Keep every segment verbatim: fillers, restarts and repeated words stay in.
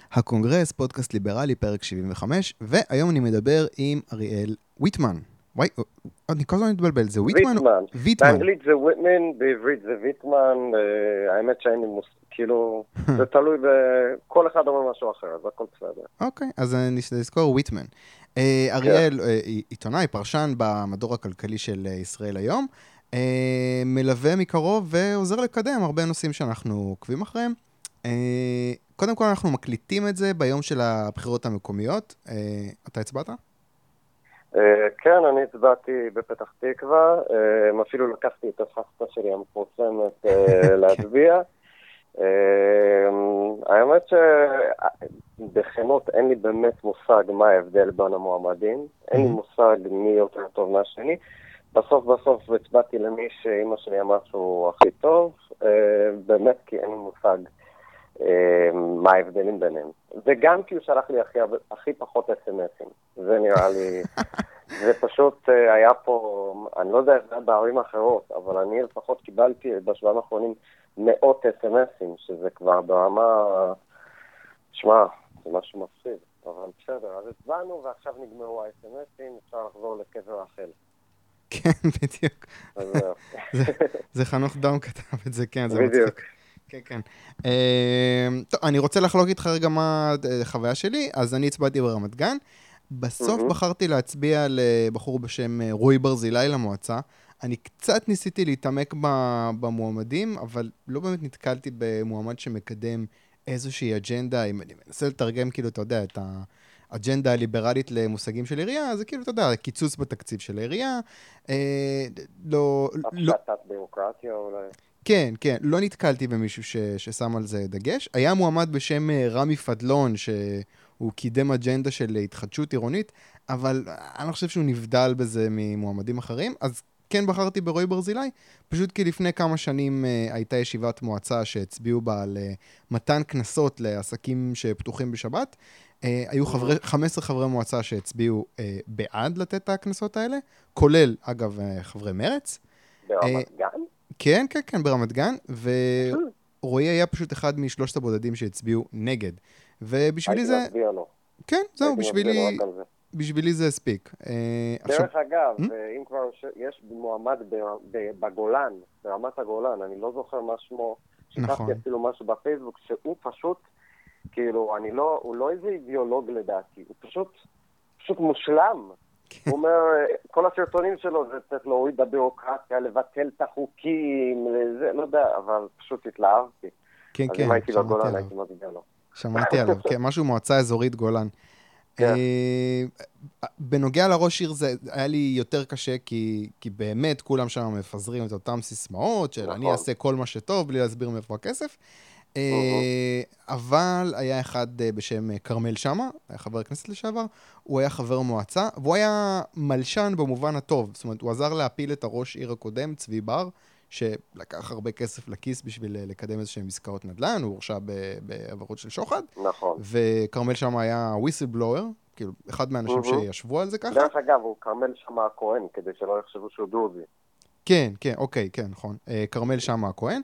הקונגרס, פודקאסט ליברלי, פרק שבעים וחמש, והיום אני מדבר עם אריאל ויטמן. וואי, אני כל הזמן מתבלבל, זה ויטמן? ויטמן. ויטמן. באנגלית זה ויטמן, בעברית זה ויטמן, האמת שאין לי מוס... כאילו, זה תלוי בכל אחד אומר משהו אחר, אז הכל בסדר. אוקיי, אז נזכור ויטמן. אריאל, עיתונאי, פרשן במדור הכלכלי של ישראל היום, מלווה מקרוב ועוזר לקדם הרבה נושאים שאנחנו עוקבים אחריהם. קודם כל אנחנו מקליטים את זה ביום של הבחירות המקומיות. אתה הצבעת? כן, אני הצבעתי בפתח תקווה, אפילו לקחתי את הסבתא שלי המפורסמת להצביע. האמת שבכנות אין לי באמת מושג מה ההבדל בין המועמדים, אין לי מושג מי יותר טוב מהשני. בסוף בסוף הצבעתי למי שאמא שלי אמרה שהוא הכי טוב, באמת כי אין לי מושג מה ההבדלים ביניהם. וגם כי הוא שלח לי הכי, הכי פחות אס-אם-אסים. זה נראה לי, זה פשוט היה פה, אני לא יודע איך זה היה בערים אחרות, אבל אני לפחות קיבלתי בשבועיים האחרונים מאות אס-אם-אסים, שזה כבר ברמה, שמע, זה משהו מפחיד. אבל בסדר, אז הצבענו ועכשיו נגמרו ה-אס-אם-אסים, אפשר לחזור לקבר החל. כן, בדיוק. זה חנוך דאום כתב את זה, כן, זה מצחיק. כן, כן. טוב, אני רוצה לחלוק איתך רגע מה החוויה שלי, אז אני הצבעתי ברמת גן. בסוף בחרתי להצביע לבחור בשם רועי ברזילי למועצה. אני קצת ניסיתי להתעמק במועמדים, אבל לא באמת נתקלתי במועמד שמקדם איזושהי אג'נדה. אם אני מנסה לתרגם, כאילו, אתה יודע, את האג'נדה הליברלית למושגים של עירייה, זה כאילו, אתה יודע, קיצוץ בתקציב של העירייה. לא... הפשטת ביורוקרטיה אולי. כן, כן, לא נתקלתי במישהו ש, ששם על זה דגש. היה מועמד בשם רמי פדלון, שהוא קידם אג'נדה של התחדשות עירונית, אבל אני לא חושב שהוא נבדל בזה ממועמדים אחרים, אז כן בחרתי ברועי ברזילי, פשוט כי לפני כמה שנים uh, הייתה ישיבת מועצה שהצביעו בה על uh, מתן כנסות לעסקים שפתוחים בשבת. Uh, היו חברי, חמישה עשר חברי מועצה שהצביעו uh, בעד לתת את הכנסות האלה, כולל, אגב, uh, חברי מרץ. ברמת גן? כן, כן, כן, ברמת גן, ורועי היה פשוט אחד משלושת הבודדים שהצביעו נגד. ובשבילי זה... הייתי מצביע לו. כן, זהו, בשבילי... בשבילי זה הספיק. דרך אגב, אם כבר יש מועמד בגולן, ברמת הגולן, אני לא זוכר מה שמו, שכחתי אפילו משהו בפייסבוק, שהוא פשוט, כאילו, אני לא, הוא לא איזה אידיאולוג לדעתי, הוא פשוט, פשוט מושלם. הוא אומר, כל הסרטונים שלו זה צריך להוריד בבירוקרטיה, לבטל את החוקים, זה, לא יודע, אבל פשוט התלהבתי. כן, אז כן, אם הייתי בגולן, הייתי מצביע לו. שמעתי עליו, כן, משהו מועצה אזורית גולן. בנוגע לראש עיר זה היה לי יותר קשה, כי, כי באמת כולם שם מפזרים את אותם סיסמאות, של אני אעשה כל מה שטוב, בלי להסביר מאיפה הכסף. אבל היה אחד בשם קרמל שמה, חבר הכנסת לשעבר, הוא היה חבר מועצה, והוא היה מלשן במובן הטוב, זאת אומרת, הוא עזר להפיל את הראש עיר הקודם, צבי בר, שלקח הרבה כסף לכיס בשביל לקדם איזשהם עסקאות נדל"ן, הוא הורשע בעבירות של שוחד. נכון. וקרמל שמה היה whistleblower, כאילו, אחד מהאנשים שישבו על זה ככה. דרך אגב, הוא קרמל שמה הכהן, כדי שלא יחשבו שהוא דרוזי. כן, כן, אוקיי, כן, נכון. קרמל שמה הכהן.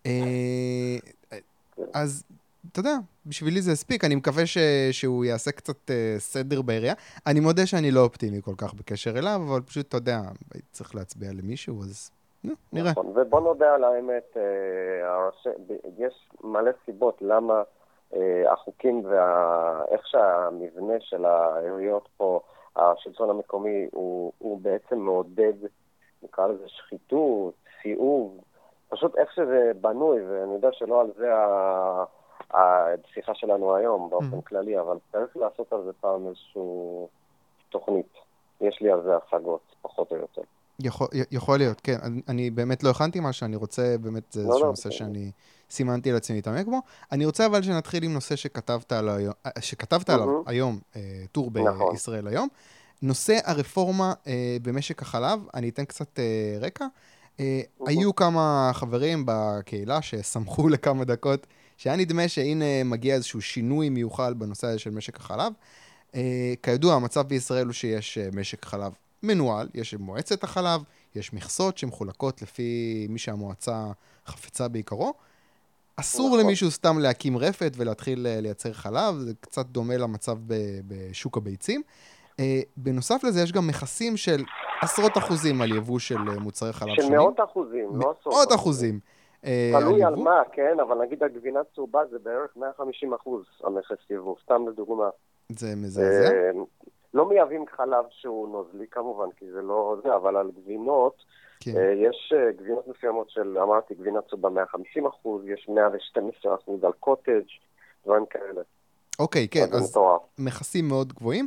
אז, אתה יודע, בשבילי זה הספיק, אני מקווה ש... שהוא יעשה קצת uh, סדר בעירייה. אני מודה שאני לא אופטימי כל כך בקשר אליו, אבל פשוט, אתה יודע, צריך להצביע למישהו, אז נו, נראה. נכון, ובוא נודע על האמת, uh, הרש... יש מלא סיבות למה uh, החוקים ואיך שהמבנה של העיריות פה, השלטון המקומי, הוא, הוא בעצם מעודד, נקרא לזה שחיתות, סיאוב, פשוט איך שזה בנוי, ואני יודע שלא על זה השיחה שלנו היום באופן כללי, אבל צריך לעשות על זה פעם איזושהי תוכנית. יש לי על זה השגות, פחות או יותר. יכול, יכול להיות, כן. אני, אני באמת לא הכנתי משהו, אני רוצה, באמת זה איזשהו נושא שאני סימנתי לעצמי להתעמק בו. אני רוצה אבל שנתחיל עם נושא שכתבת עליו, שכתבת עליו היום, טור בישראל היום. נושא הרפורמה במשק החלב, אני אתן קצת רקע. היו כמה חברים בקהילה ששמחו לכמה דקות, שהיה נדמה שהנה מגיע איזשהו שינוי מיוחד בנושא הזה של משק החלב. כידוע, המצב בישראל הוא שיש משק חלב מנוהל, יש מועצת החלב, יש מכסות שמחולקות לפי מי שהמועצה חפצה בעיקרו, אסור נכון. למישהו סתם להקים רפת ולהתחיל לייצר חלב, זה קצת דומה למצב בשוק הביצים. בנוסף לזה יש גם מכסים של עשרות אחוזים על יבוא של מוצרי חלב של שונים. מאות אחוזים, לא עשרות מאות אחוזים. תלוי על מה, כן, אבל נגיד הגבינה צהובה זה בערך מאה וחמישים אחוז המכס יבוא, סתם לדוגמה. זה מזעזע? לא מייבאים חלב שהוא נוזלי כמובן, כי זה לא זה, אבל על גבינות, כן. יש גבינות מסוימות של, אמרתי, גבינה צהובה מאה וחמישים אחוז, יש מאה ושתים עשרה אחוז על קוטג', דברים כאלה. אוקיי, כן, אז, אז מכסים מאוד גבוהים.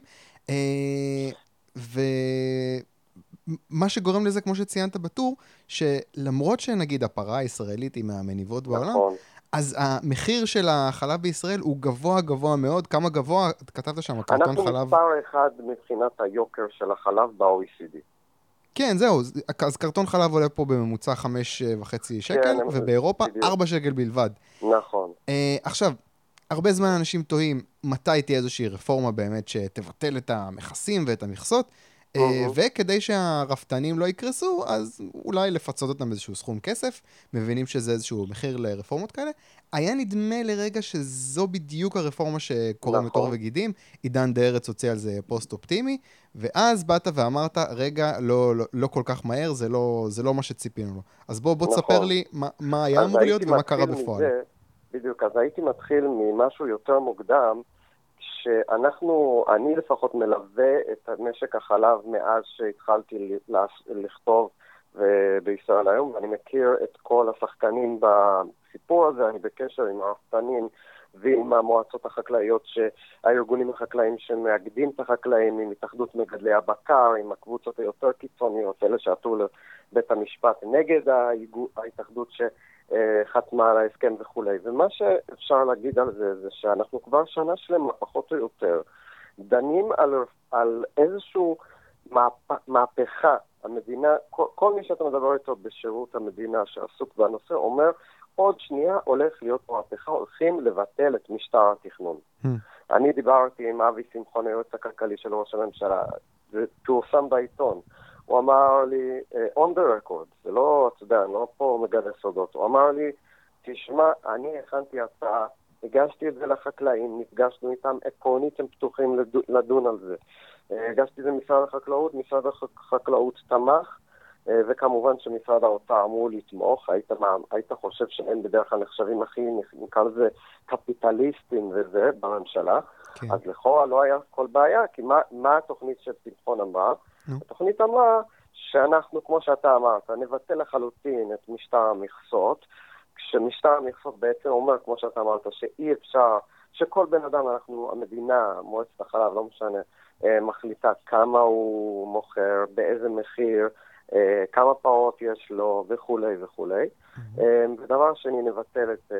ומה שגורם לזה, כמו שציינת בטור, שלמרות שנגיד הפרה הישראלית היא מהמניבות בעולם, נכון. אז המחיר של החלב בישראל הוא גבוה גבוה מאוד. כמה גבוה? כתבת שם, קרטון חלב... אנחנו מספר אחד מבחינת היוקר של החלב ב-או אי סי די. כן, זהו. אז קרטון חלב עולה פה בממוצע חמש וחצי שקל, ובאירופה ארבע שקל בלבד. נכון. עכשיו, הרבה זמן אנשים תוהים מתי תהיה איזושהי רפורמה באמת שתבטל את המכסים ואת המכסות, וכדי שהרפתנים לא יקרסו, אז אולי לפצות אותם איזשהו סכום כסף, מבינים שזה איזשהו מחיר לרפורמות כאלה. היה נדמה לרגע שזו בדיוק הרפורמה שקוראים לתור וגידים, עידן דה ארץ הוציא על זה פוסט אופטימי, ואז באת ואמרת, רגע, לא, לא, לא כל כך מהר, זה לא, זה לא מה שציפינו לו. אז בוא, בוא תספר לי מה, מה היה אמור להיות ומה קרה בפועל. בדיוק, אז הייתי מתחיל ממשהו יותר מוקדם, שאנחנו, אני לפחות מלווה את משק החלב מאז שהתחלתי לכתוב בישראל היום, ואני מכיר את כל השחקנים בסיפור הזה, אני בקשר עם הרפתנים ועם המועצות החקלאיות, הארגונים החקלאיים שמאגדים את החקלאים, עם התאחדות מגדלי הבקר, עם הקבוצות היותר קיצוניות, אלה שעתו לבית המשפט נגד ההתאחדות ש... חתמה על ההסכם וכו'. ומה שאפשר להגיד על זה, זה שאנחנו כבר שנה שלמה, פחות או יותר, דנים על, על איזשהו מהפ, מהפכה. המדינה, כל, כל מי שאתה מדבר איתו בשירות המדינה שעסוק בנושא, אומר, עוד שנייה הולך להיות מהפכה, הולכים לבטל את משטר התכנון. Hmm. אני דיברתי עם אבי שמחון, היועץ הכלכלי של ראש הממשלה, זה פורסם בעיתון. הוא אמר לי, on the record, זה לא, אתה יודע, אני לא פה מגלה סודות, הוא אמר לי, תשמע, אני הכנתי הצעה, הגשתי את זה לחקלאים, נפגשנו איתם, עקרונית הם פתוחים לדון על זה. הגשתי את זה משרד החקלאות, משרד החקלאות תמך, וכמובן שמשרד האוצר אמור לתמוך, היית, היית חושב שהם בדרך כלל נחשבים הכי, נקרא לזה קפיטליסטים וזה, בממשלה, כן. אז לכאורה לא היה כל בעיה, כי מה, מה התוכנית של שמחון אמרה? התוכנית אמרה שאנחנו, כמו שאתה אמרת, נבטל לחלוטין את משטר המכסות, כשמשטר המכסות בעצם אומר, כמו שאתה אמרת, שאי אפשר, שכל בן אדם, אנחנו, המדינה, מועצת החלב, לא משנה, מחליטה כמה הוא מוכר, באיזה מחיר, כמה פרות יש לו וכו' וכו'. ודבר שני, נבטל את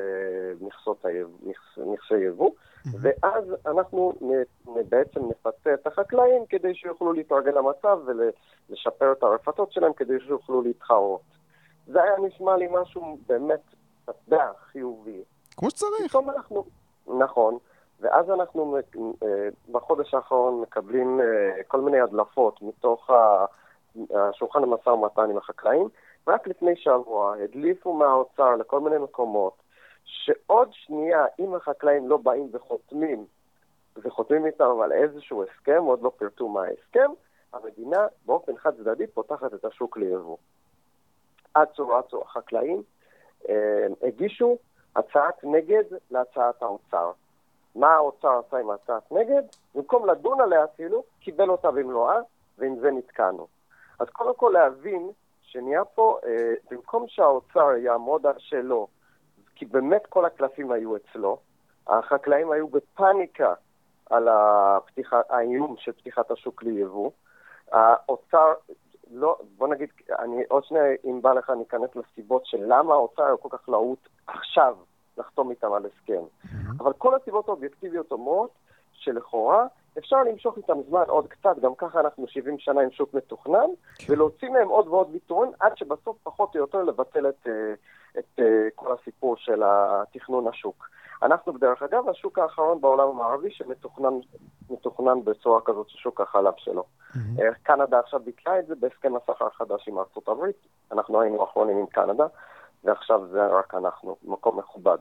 מכסי יבוא, ואז אנחנו בעצם נפצה את החקלאים כדי שיוכלו להתרגל למצב ולשפר את הרפתות שלהם כדי שיוכלו להתחרות. זה היה נשמע לי משהו באמת תדע חיובי. כמו שצריך. פתאום אנחנו, נכון, ואז אנחנו בחודש האחרון מקבלים כל מיני הדלפות מתוך השולחן המשא ומתן עם החקלאים, רק לפני שבוע הדליפו מהאוצר לכל מיני מקומות, שעוד שנייה, אם החקלאים לא באים וחותמים, וחותמים איתם על איזשהו הסכם, עוד לא פרטו מה ההסכם, המדינה באופן חד צדדי פותחת את השוק ליבוא. עצו, עצו, החקלאים אה, הגישו הצעת נגד להצעת האוצר. מה האוצר עשה עם הצעת נגד? במקום לדון עליה אפילו, קיבל אותה במלואה, ועם זה נתקענו. אז קודם כל להבין שנהיה פה, אה, במקום שהאוצר יעמוד על שלו, כי באמת כל הקלפים היו אצלו, החקלאים היו בפניקה על הפתיחה, האיום של פתיחת השוק ליבוא, האוצר, לא, בוא נגיד, אני, עוד שנייה, אם בא לך, ניכנס לסיבות של למה האוצר הוא כל כך להוט עכשיו לחתום איתם על הסכם. Mm-hmm. אבל כל הסיבות האובייקטיביות אומרות שלכאורה אפשר למשוך איתם זמן עוד קצת, גם ככה אנחנו שבעים שנה עם שוק מתוכנן, okay. ולהוציא מהם עוד ועוד ויתורים, עד שבסוף פחות או יותר לבטל את, את כל הסיפור של התכנון השוק. אנחנו בדרך אגב, השוק האחרון בעולם המערבי שמתוכנן מתוכנן בצורה כזאת של שוק החלב שלו. Mm-hmm. קנדה עכשיו ביקרה את זה בהסכם הסחר חדש עם ארצות הברית, אנחנו היינו האחרונים עם קנדה, ועכשיו זה רק אנחנו, מקום מכובד.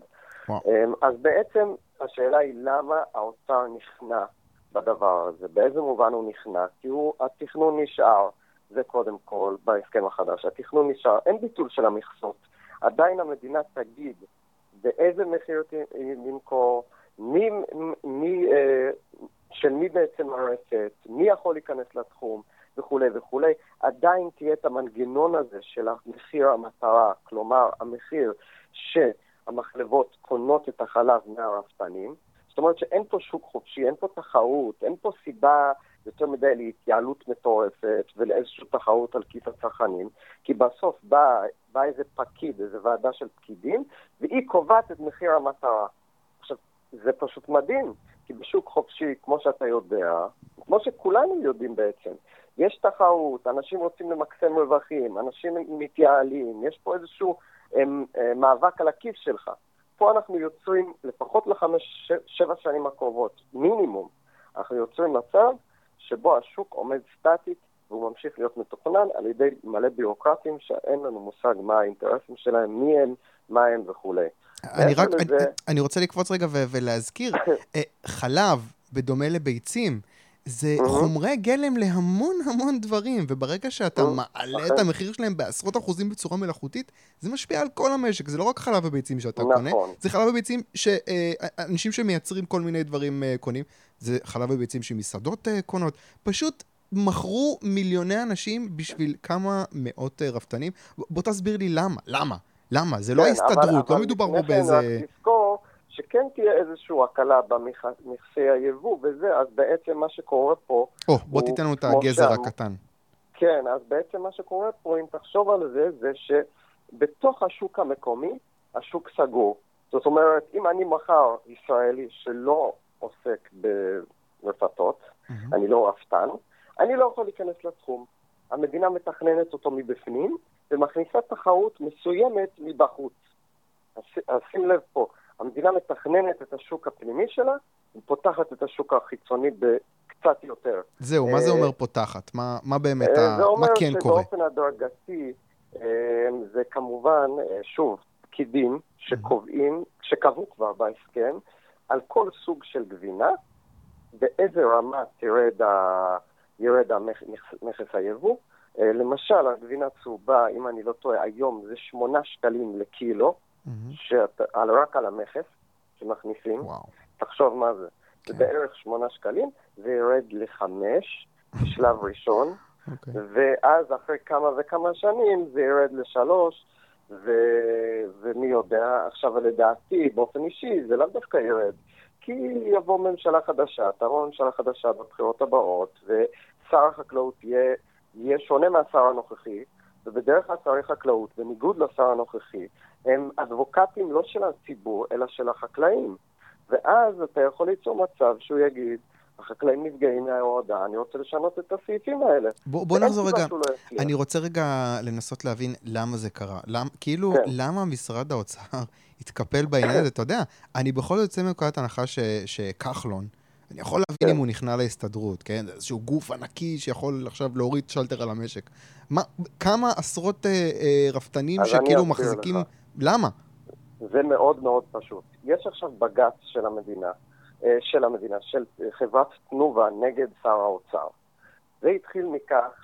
אז בעצם השאלה היא למה האוצר נכנע בדבר הזה, באיזה מובן הוא נכנע, כי הוא, התכנון נשאר, זה קודם כל בהסכם החדש, התכנון נשאר, אין ביטול של המכסות, עדיין המדינה תגיד באיזה מחיר למכור, מי, מי, של מי בעצם הרשת, מי יכול להיכנס לתחום וכו' וכו', עדיין תהיה את המנגנון הזה של המחיר המטרה, כלומר המחיר שהמחלבות קונות את החלב מהרפתנים, זאת אומרת שאין פה שוק חופשי, אין פה תחרות, אין פה סיבה יותר מדי להתייעלות מטורפת ולאיזושהי תחרות על כיס הצרכנים, כי בסוף בא, בא איזה פקיד, איזה ועדה של פקידים, והיא קובעת את מחיר המטרה. עכשיו, זה פשוט מדהים, כי בשוק חופשי, כמו שאתה יודע, כמו שכולנו יודעים בעצם, יש תחרות, אנשים רוצים למקסם רווחים, אנשים מתייעלים, יש פה איזשהו הם, הם, מאבק על הכיס שלך. פה אנחנו יוצרים, לפחות לחמש, שבע שנים הקרובות, מינימום, אנחנו יוצרים מצב שבו השוק עומד סטטית, והוא ממשיך להיות מתוכנן על ידי מלא ביורוקרטים שאין לנו מושג מה האינטרסים שלהם, מי הם, מה הם וכו'. אני רק, אני, אני רוצה לקפוץ רגע ו- ולהזכיר, חלב, בדומה לביצים, זה חומרי גלם להמון המון דברים, וברגע שאתה מעלה את המחיר שלהם בעשרות אחוזים בצורה מלאכותית, זה משפיע על כל המשק, זה לא רק חלב וביצים שאתה קונה, זה חלב וביצים שאנשים שמייצרים כל מיני דברים קונים, זה חלב וביצים שמסעדות קונות, פשוט מכרו מיליוני אנשים בשביל כמה מאות רפתנים. בוא תסביר לי למה, למה? למה? זה לא ההסתדרות, לא מדובר בו באיזה... רק תזכור שכן תהיה איזושהי הקלה במכסי היבוא וזה, אז בעצם מה שקורה פה... או, בוא תיתן לנו את הגזר הקטן. כן, אז בעצם מה שקורה פה, אם תחשוב על זה, זה שבתוך השוק המקומי, השוק סגור. זאת אומרת, אם אני מחר ישראלי שלא עוסק ברפתות, אני לא רפתן, אני לא יכול להיכנס לתחום. המדינה מתכננת אותו מבפנים, ומכניסה תחרות מסוימת מבחוץ. אז, אז שים לב פה, המדינה מתכננת את השוק הפנימי שלה, ופותחת את השוק החיצוני בקצת יותר. זהו, מה זה אומר פותחת? מה, מה באמת, ה... מה כן קורה? זה אומר שבאופן הדרגתי, זה כמובן, שוב, פקידים שקובעים, שקבעו כבר בהסכם, על כל סוג של גבינה, באיזה רמה תרד ה... ירד המכס היבוא. למשל, הגבינה צהובה, אם אני לא טועה, היום זה שמונה שקלים לקילו, רק על המכס שמכניסים. תחשוב מה זה. זה בערך שמונה שקלים, זה ירד לחמש, בשלב ראשון, ואז אחרי כמה וכמה שנים זה ירד לשלוש, ומי יודע, עכשיו לדעתי, באופן אישי, זה לא דווקא ירד. כי יבוא ממשלה חדשה, תבוא ממשלה חדשה בבחירות הבאות, ושר החקלאות יהיה, יהיה שונה מהשר הנוכחי, ובדרך כלל שרי חקלאות, בניגוד לשר הנוכחי, הם אדבוקטים לא של הציבור, אלא של החקלאים. ואז אתה יכול ליצור מצב שהוא יגיד, החקלאים נפגעים מההורדה, אני רוצה לשנות את הסעיפים האלה. בוא, בוא נחזור רגע, לא אני רוצה רגע לנסות להבין למה זה קרה. למ, כאילו, כן. למה משרד האוצר התקפל בעניין הזה? אתה יודע, אני בכל זאת יוצא מנקודת הנחה ש, שכחלון, אני יכול להבין כן. אם הוא נכנע להסתדרות, כן? זה איזשהו גוף ענקי שיכול עכשיו להוריד שלטר על המשק. מה, כמה עשרות אה, אה, רפתנים שכאילו מחזיקים... לך. למה? זה מאוד מאוד פשוט. יש עכשיו בג"ץ של המדינה, של המדינה, של חברת תנובה נגד שר האוצר. זה התחיל מכך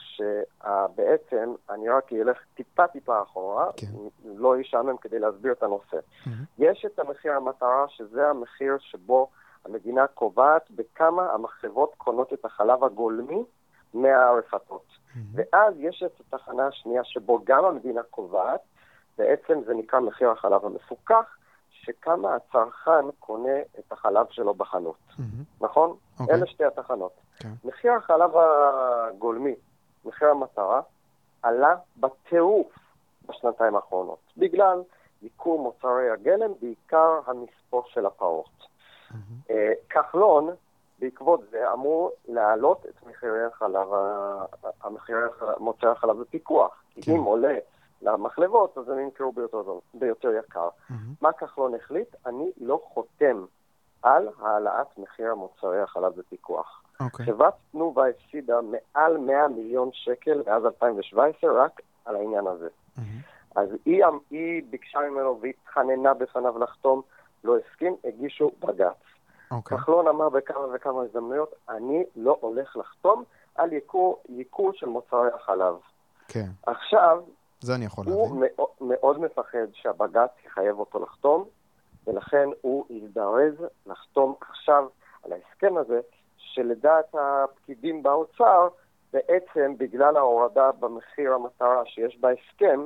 שבעצם, אני רק ילך טיפה טיפה אחורה, כן. לא ישעמם כדי להסביר את הנושא. Mm-hmm. יש את המחיר המטרה, שזה המחיר שבו המדינה קובעת בכמה המחלבות קונות את החלב הגולמי מהרפתות. Mm-hmm. ואז יש את התחנה השנייה שבו גם המדינה קובעת, בעצם זה נקרא מחיר החלב המפוקח, שכמה הצרכן קונה את החלב שלו בחנות. Mm-hmm. נכון? Okay. אלה שתי התחנות. Okay. מחיר החלב הגולמי, מחיר המטרה, עלה בטירוף בשנתיים האחרונות, בגלל ייקור מוצרי הגלם, בעיקר המספוא של הפרות. Mm-hmm. Uh, כחלון, בעקבות זה, אמור להעלות את מחירי החלב, המחירי מוצרי החלב בפיקוח. Okay. כי אם עולה למחלבות, אז הם ימכרו ביותר, ביותר יקר. Mm-hmm. מה כחלון החליט? אני לא חותם על העלאת מחיר מוצרי החלב בפיקוח. Okay. חברת תנובה הפסידה מעל מאה מיליון שקל מאז אלפיים שבע עשרה רק על העניין הזה. Mm-hmm. אז היא, היא ביקשה ממנו והתחננה בפניו לחתום, לא הסכים, הגישו בג"ץ. אוקיי. כחלון אמר בכמה וכמה הזדמנויות, אני לא הולך לחתום על ייקור, ייקור של מוצרי החלב. כן. עכשיו, זה אני יכול הוא להבין. מאוד, מאוד מפחד שהבג"ץ יחייב אותו לחתום, ולכן הוא יזדרז לחתום עכשיו על ההסכם הזה, שלדעת הפקידים באוצר, בעצם בגלל ההורדה במחיר המטרה שיש בהסכם,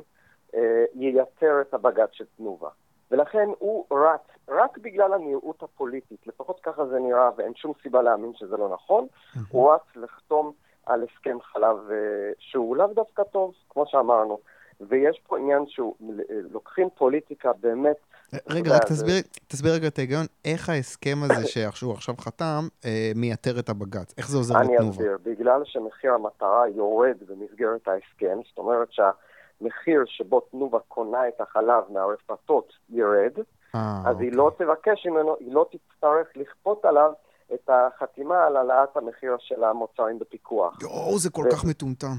ייתר את הבג"ץ של תנובה. ולכן הוא רץ, רק בגלל הנראות הפוליטית, לפחות ככה זה נראה, ואין שום סיבה להאמין שזה לא נכון, הוא רץ לחתום על הסכם חלב שהוא לאו דווקא טוב, כמו שאמרנו. ויש פה עניין שהוא לוקחים פוליטיקה באמת... רגע, רק תסביר, תסביר רגע את ההיגיון, איך ההסכם הזה שהוא עכשיו חתם מייתר את הבג"ץ? איך זה עוזר לתנובה? אני אסביר, בגלל שמחיר המטרה יורד במסגרת ההסכם, זאת אומרת שה... מחיר שבו תנובה קונה את החלב מהרפתות ירד, אז היא לא תבקש ממנו, היא לא תצטרך לכפות עליו את החתימה על העלאת המחיר של המוצרים בפיקוח. יואו, זה כל כך מטומטם.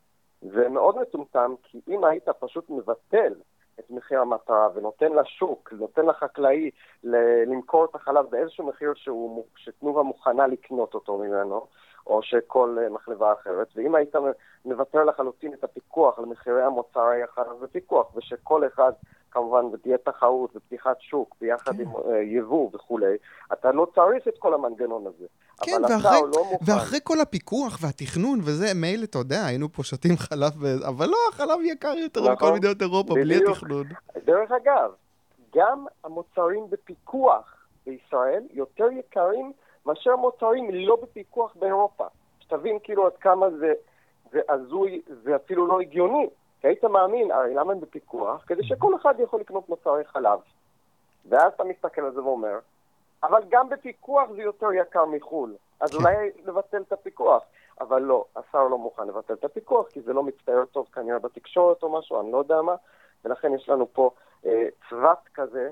זה מאוד מטומטם, כי אם היית פשוט מבטל את מחיר המטרה ונותן לשוק, נותן לחקלאי למכור את החלב באיזשהו מחיר שתנובה מוכנה לקנות אותו ממנו, או שכל מחלבה אחרת, ואם היית מבטר לחלוטין את הפיקוח על מחירי המוצרי החלב בפיקוח, ושכל אחד כמובן ותהיה תחרות ופתיחת שוק ביחד עם יבוא וכו', אתה לא צריך את כל המנגנון הזה. כן, ואחרי כל הפיקוח והתכנון וזה, מייל, אתה יודע, היינו פה שתים חלב, אבל לא, החלב יקר יותר בכל מדינות אירופה, בלי התכנון. דרך אגב, גם המוצרים בפיקוח בישראל יותר יקרים מאשר מוצרים לא בפיקוח באירופה. שתבין כאילו עד כמה זה, זה עזוי, זה אפילו לא הגיוני. כי היית מאמין, הרי למה הם בפיקוח? כדי שכל אחד יכול לקנות מוצרי חלב. ואז אתה מסתכל על זה ואומר, אבל גם בפיקוח זה יותר יקר מחול. אז אולי לבטל את הפיקוח. אבל לא, השר לא מוכן לבטל את הפיקוח, כי זה לא מצטייר טוב כנראה בתקשורת או משהו, אני לא יודע מה. ולכן יש לנו פה אה, צוות כזה,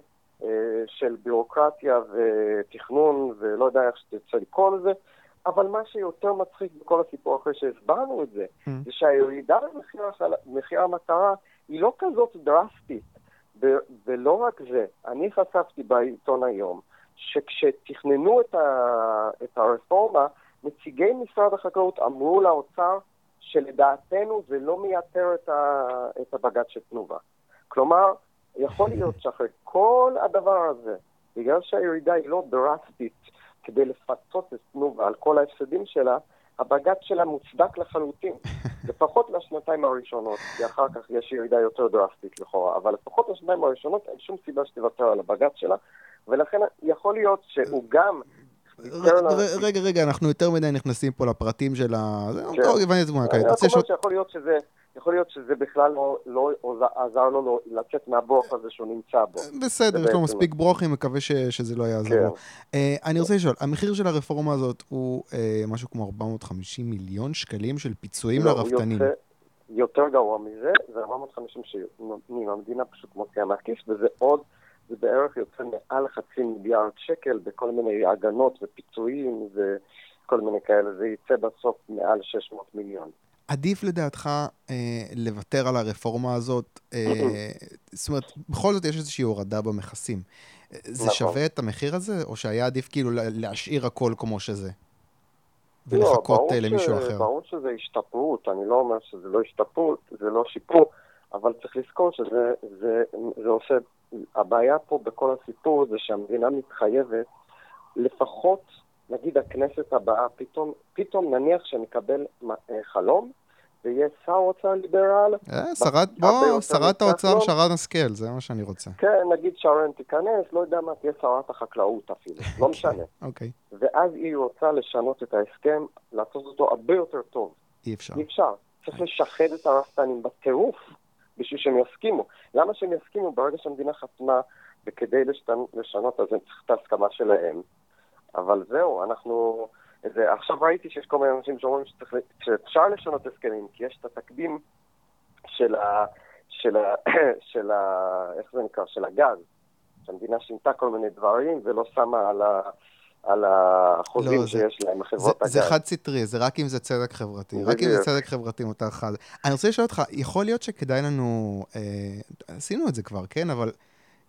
של בירוקרטיה ותכנון, ולא יודע איך שתצא לקרוא לזה, אבל מה שיותר מצחיק בכל הסיפור אחרי שהסברנו את זה, mm. זה שהירידה במחיר המטרה היא לא כזאת דרסטית, ב- ולא רק זה, אני חשפתי בעיתון היום, שכשתכננו את, ה- את הרפורמה, נציגי משרד החקלאות אמרו לאוצר שלדעתנו זה לא מייתר את, ה- את הבג"ץ של תנובה. כלומר, יכול להיות שאחרי כל הדבר הזה, בגלל שהירידה היא לא דרסטית כדי לפצות את תנובה על כל ההפסדים שלה, הבג"ץ שלה מוצדק לחלוטין, לפחות לשנתיים הראשונות, כי אחר כך יש ירידה יותר דרסטית לכאורה, אבל לפחות לשנתיים הראשונות אין שום סיבה שתוותר על הבג"ץ שלה, ולכן יכול להיות שהוא גם... רגע, רגע, אנחנו יותר מדי נכנסים פה לפרטים של ה... יכול להיות שזה... יכול להיות שזה בכלל לא, לא עזר לו לצאת מהברוך הזה שהוא נמצא בו. בסדר, יש לו מספיק ברוכי, מקווה ש, שזה לא יעזר כן. לו. Uh, אני רוצה לשאול, המחיר של הרפורמה הזאת הוא uh, משהו כמו ארבע מאות וחמישים מיליון שקלים של פיצויים לא, לרפתנים. יוצא, יותר גרוע מזה, זה ארבע מאות וחמישים שנותנים, המדינה פשוט מוציאה מהכיס, וזה עוד, זה בערך יוצא מעל חצי מיליארד שקל בכל מיני הגנות ופיצויים וכל מיני כאלה, זה יצא בסוף מעל שש מאות מיליון. עדיף לדעתך אה, לוותר על הרפורמה הזאת, אה, זאת אומרת, בכל זאת יש איזושהי הורדה במכסים. זה נכון. שווה את המחיר הזה, או שהיה עדיף כאילו להשאיר הכל כמו שזה? ולחכות לא, למישהו ש... אחר? ברור שזה השתפרות, אני לא אומר שזה לא השתפרות, זה לא שיפור, אבל צריך לזכור שזה זה, זה עושה, הבעיה פה בכל הסיפור זה שהמדינה מתחייבת, לפחות, נגיד הכנסת הבאה, פתאום, פתאום נניח שנקבל חלום, ויש שר אוצר ליברל. בוא, שרת האוצר שרן השכל, זה מה שאני רוצה. כן, נגיד שרן תיכנס, לא יודע מה, תהיה שרת החקלאות אפילו, לא משנה. אוקיי. ואז היא רוצה לשנות את ההסכם, לעשות אותו הרבה יותר טוב. אי אפשר. אי אפשר. צריך לשחד את הרפתנים בטירוף, בשביל שהם יסכימו. למה שהם יסכימו? ברגע שהמדינה חתמה, וכדי לשנות, אז הם צריך את ההסכמה שלהם. אבל זהו, אנחנו... זה, עכשיו ראיתי שיש כל מיני אנשים שאומרים שצריך, שאפשר לשנות הסכמים, כי יש את התקדים של ה... של ה... של ה... איך זה נקרא? של הגז. שהמדינה שינתה כל מיני דברים, ולא שמה על ה... על החוזים לא, שיש זה, להם, החברות הגז. זה חד סטרי, זה רק אם זה צדק חברתי. רק אם זה צדק חברתי מותר חד. אני רוצה לשאול אותך, יכול להיות שכדאי לנו... אה, עשינו את זה כבר, כן? אבל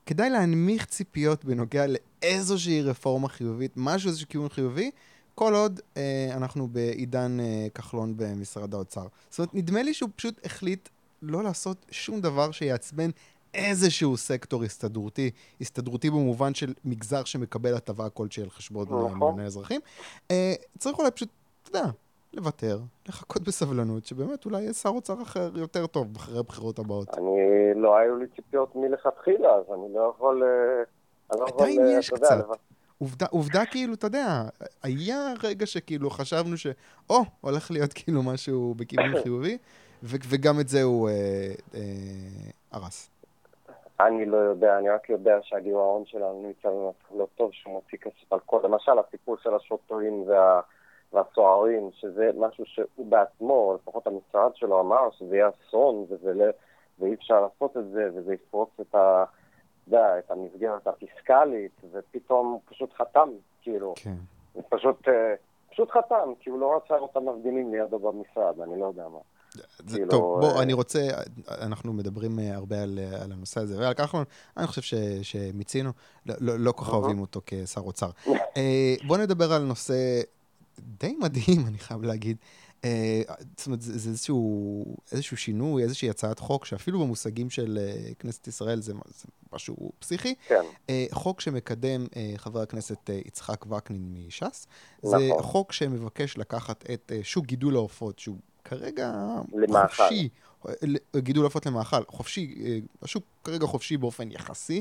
כדאי להנמיך ציפיות בנוגע לאיזושהי רפורמה חיובית, משהו איזשהו כיוון חיובי, כל עוד אה, אנחנו בעידן אה, כחלון במשרד האוצר. זאת אומרת, נדמה לי שהוא פשוט החליט לא לעשות שום דבר שיעצבן איזשהו סקטור הסתדרותי, הסתדרותי במובן של מגזר שמקבל הטבה כלשהי על חשבון מיליוני האזרחים. אה, צריך אולי פשוט, אתה יודע, לוותר, לחכות בסבלנות, שבאמת אולי יהיה שר אוצר אחר יותר טוב אחרי הבחירות הבאות. אני, לא היו לי ציפיות מלכתחילה, אז אני לא יכול, אני לא יכול, עדיין יש קצת. עובדה, עובדה כאילו, אתה יודע, היה רגע שכאילו חשבנו ש, או, הולך להיות כאילו משהו בכיוון חיובי, ו- וגם את זה הוא אה, אה, הרס. אני לא יודע, אני רק יודע שהגירעון שלנו נמצא במצב לא טוב, שהוא מוציא כסף על כל, למשל, הסיפור של השוטרים וה... והסוערים, שזה משהו שהוא בעצמו, לפחות המשרד שלו אמר, שזה יהיה אסון, וזה לא, ואי אפשר לעשות את זה, וזה יפרוץ את, ה, דה, את המסגרת הפיסקלית, ופתאום הוא פשוט חתם, כאילו. כן. הוא פשוט, פשוט חתם, כי הוא לא רצה אותם מפגינים לידו במשרד, אני לא יודע מה. זה, כאילו, טוב, בוא, אה... אני רוצה, אנחנו מדברים הרבה על, על הנושא הזה, ועל כחלון, אני חושב ש, שמיצינו, לא, לא, לא כל כך אוהבים אותו כשר אוצר. בוא נדבר על נושא די מדהים, אני חייב להגיד. זאת אומרת, זה איזשהו, איזשהו שינוי, איזושהי הצעת חוק, שאפילו במושגים של כנסת ישראל זה, זה משהו פסיכי. כן. חוק שמקדם חבר הכנסת יצחק וקנין מש"ס. נכון. זה חוק שמבקש לקחת את שוק גידול העופות, שהוא כרגע למאכל. חופשי, גידול עופות למאכל, חופשי, השוק כרגע חופשי באופן יחסי,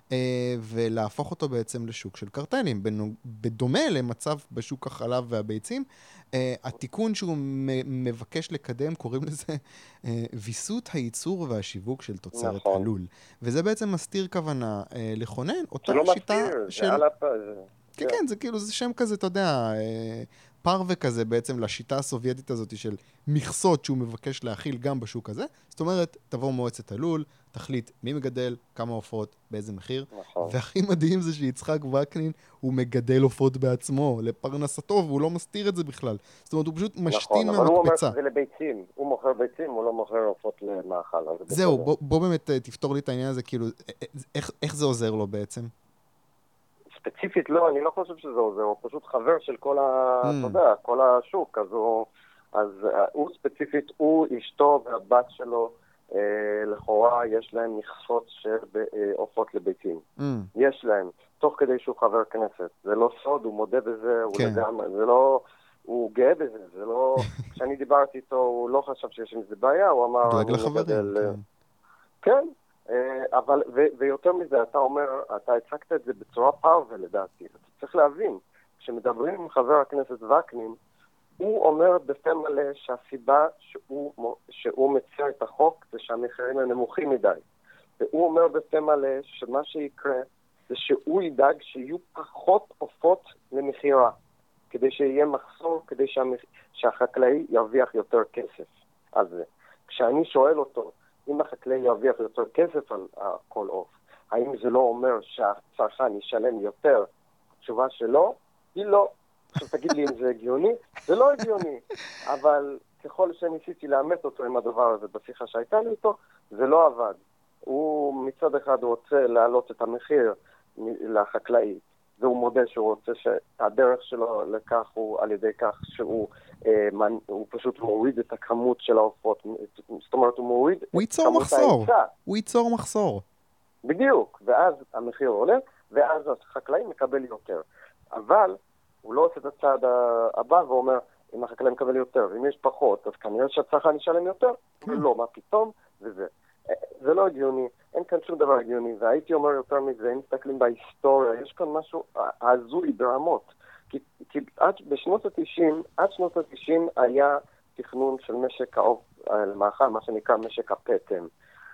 ולהפוך אותו בעצם לשוק של קרטלים. בדומה למצב בשוק החלב והביצים, התיקון שהוא מבקש לקדם, קוראים לזה ויסות הייצור והשיווק של תוצרת נכון. הלול. וזה בעצם מסתיר כוונה לכונן אותה לא שיטה מסתיר, של... זה על הפ... כן, כן, זה כאילו, זה שם כזה, אתה יודע, פרווה כזה בעצם לשיטה הסובייטית הזאת של מכסות שהוא מבקש להכיל גם בשוק הזה. זאת אומרת, תבוא מועצת הלול, תחליט מי מגדל, כמה עופות, באיזה מחיר. נכון. והכי מדהים זה שיצחק וקנין הוא מגדל עופות בעצמו, לפרנסתו, והוא לא מסתיר את זה בכלל. זאת אומרת, הוא פשוט משתין נכון, מהמקפצה. אבל הוא אומר שזה לביצים. הוא מוכר ביצים, הוא לא מוכר עופות למאכל. זהו, בוא, בוא באמת תפתור לי את העניין הזה, כאילו, איך, איך זה עוזר לו בעצם? ספציפית לא, אני לא חושב שזה עוזר, הוא פשוט חבר של כל ה... Mm. אתה יודע, כל השוק, אז הוא, אז הוא ספציפית, הוא, אשתו והבת שלו, אה, לכאורה יש להם מכסות של עופות לביתים. Mm. יש להם, תוך כדי שהוא חבר כנסת. זה לא סוד, הוא מודה בזה, הוא כן. לגמרי, זה לא... הוא גאה בזה, זה לא... כשאני דיברתי איתו, הוא לא חשב שיש עם זה בעיה, הוא אמר... דואג לחברים, כן. כן. אבל, ו, ויותר מזה, אתה אומר, אתה הצגת את זה בצורה פרווה לדעתי. אתה צריך להבין, כשמדברים עם חבר הכנסת וקנין, הוא אומר בפה מלא שהסיבה שהוא, שהוא מציע את החוק זה שהמחירים הנמוכים מדי. והוא אומר בפה מלא שמה שיקרה זה שהוא ידאג שיהיו פחות עופות למחירה, כדי שיהיה מחסור, כדי שהמח... שהחקלאי ירוויח יותר כסף על זה. כשאני שואל אותו, אם החקלאי ירוויח יותר כסף על כל עוף, האם זה לא אומר שהצרכן ישלם יותר? התשובה שלו היא לא. עכשיו תגיד לי אם זה הגיוני, זה לא הגיוני, אבל ככל שניסיתי לאמת אותו עם הדבר הזה בשיחה שהייתה לי איתו, זה לא עבד. הוא מצד אחד רוצה להעלות את המחיר לחקלאי, והוא מודה שהוא רוצה שהדרך שלו לכך הוא על ידי כך שהוא אה, מנ... הוא פשוט מוריד את הכמות של העופות, זאת אומרת הוא מוריד הוא את כמות מחסור. ההיצע. הוא ייצור מחסור. בדיוק, ואז המחיר עולה, ואז החקלאי מקבל יותר. אבל הוא לא עושה את הצעד הבא ואומר, אם החקלאי מקבל יותר, אם יש פחות, אז כנראה שהצרכן ישלם יותר, כן. ולא, מה פתאום, וזה. זה לא הגיוני, אין כאן שום דבר הגיוני, והייתי אומר יותר מזה, אם מסתכלים בהיסטוריה, יש כאן משהו הזוי ברמות, כי, כי עד בשנות ה-תשעים, עד שנות ה-תשעים היה תכנון של משק העוף למאכל, מה שנקרא משק הפטם,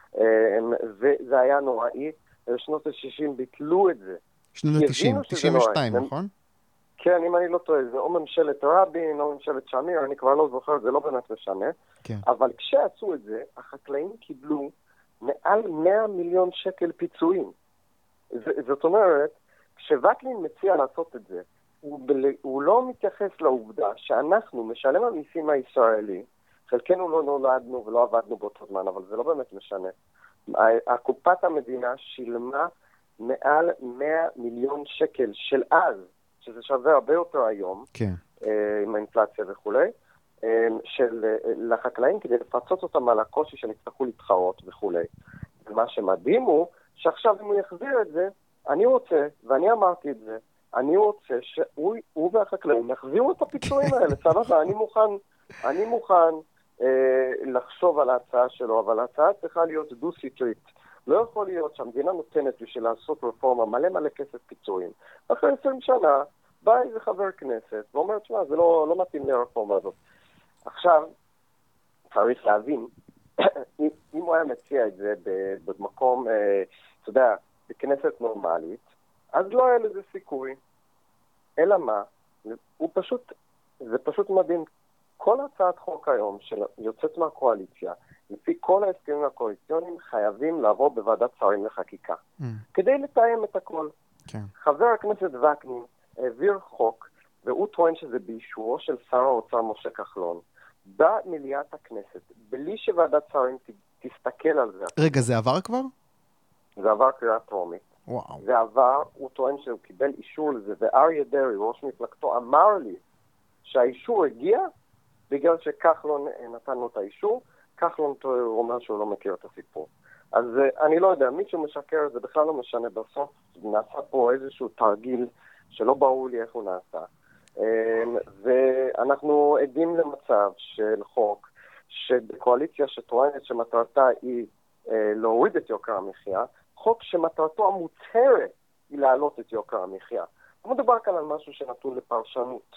וזה היה נוראי, בשנות ה-שישים ביטלו את זה. שנות ה-תשעים, תשעים ושתיים, נכון? כן, אם אני לא טועה, זה או ממשלת רבין או ממשלת שמיר, אני כבר לא זוכר, זה לא באמת משנה. כן. אבל כשעשו את זה, החקלאים קיבלו מעל מאה מיליון שקל פיצויים. ז- זאת אומרת, כשווקנין מציע לעשות את זה, הוא, ב- הוא לא מתייחס לעובדה שאנחנו, משלם המיסים הישראלי, חלקנו לא נולדנו ולא עבדנו באותו זמן, אבל זה לא באמת משנה. הקופת המדינה שילמה מעל מאה מיליון שקל של אז, שזה שווה הרבה יותר היום, כן. עם האינפלציה וכולי, של לחקלאים כדי לפצות אותם על הקושי שנצטרכו להתחרות וכולי. ומה שמדהים הוא שעכשיו אם הוא יחזיר את זה, אני רוצה, ואני אמרתי את זה, אני רוצה שהוא והחקלאים יחזירו את הפיצויים האלה. סבבה, אני מוכן, אני מוכן אה, לחשוב על ההצעה שלו, אבל ההצעה צריכה להיות דו-סיטרית. לא יכול להיות שהמדינה נותנת בשביל לעשות רפורמה מלא מלא כסף פיצויים. אחרי עשרים שנה, בא איזה חבר כנסת ואומר, תשמע, זה לא, לא מתאים לרפורמה הזאת. עכשיו, צריך להבין, אם הוא היה מציע את זה במקום, אתה יודע, בכנסת נורמלית, אז לא היה לזה סיכוי. אלא מה? הוא פשוט, זה פשוט מדהים. כל הצעת חוק היום שיוצאת מהקואליציה, לפי כל ההסכמים הקואליציוניים, חייבים לעבור בוועדת שרים לחקיקה. Mm. כדי לתאם את הכל. כן. חבר הכנסת וקנין העביר חוק, והוא טוען שזה באישורו של שר האוצר משה כחלון, במליאת הכנסת, בלי שוועדת שרים תסתכל על זה. רגע, זה עבר כבר? זה עבר קריאה טרומית. וואו. זה עבר, הוא טוען שהוא קיבל אישור לזה, ואריה דרעי, ראש מפלגתו, אמר לי שהאישור הגיע בגלל שכחלון נתן לו את האישור, כחלון אומר שהוא לא מכיר את הסיפור. אז אני לא יודע, מי שמשקר זה בכלל לא משנה, בסוף נעשה פה איזשהו תרגיל שלא ברור לי איך הוא נעשה. ואנחנו עדים למצב של חוק שבקואליציה שטוענת שמטרתה היא להוריד את יוקר המחיה, חוק שמטרתו המוצהרת היא להעלות את יוקר המחיה. לא מדובר כאן על משהו שנתון לפרשנות.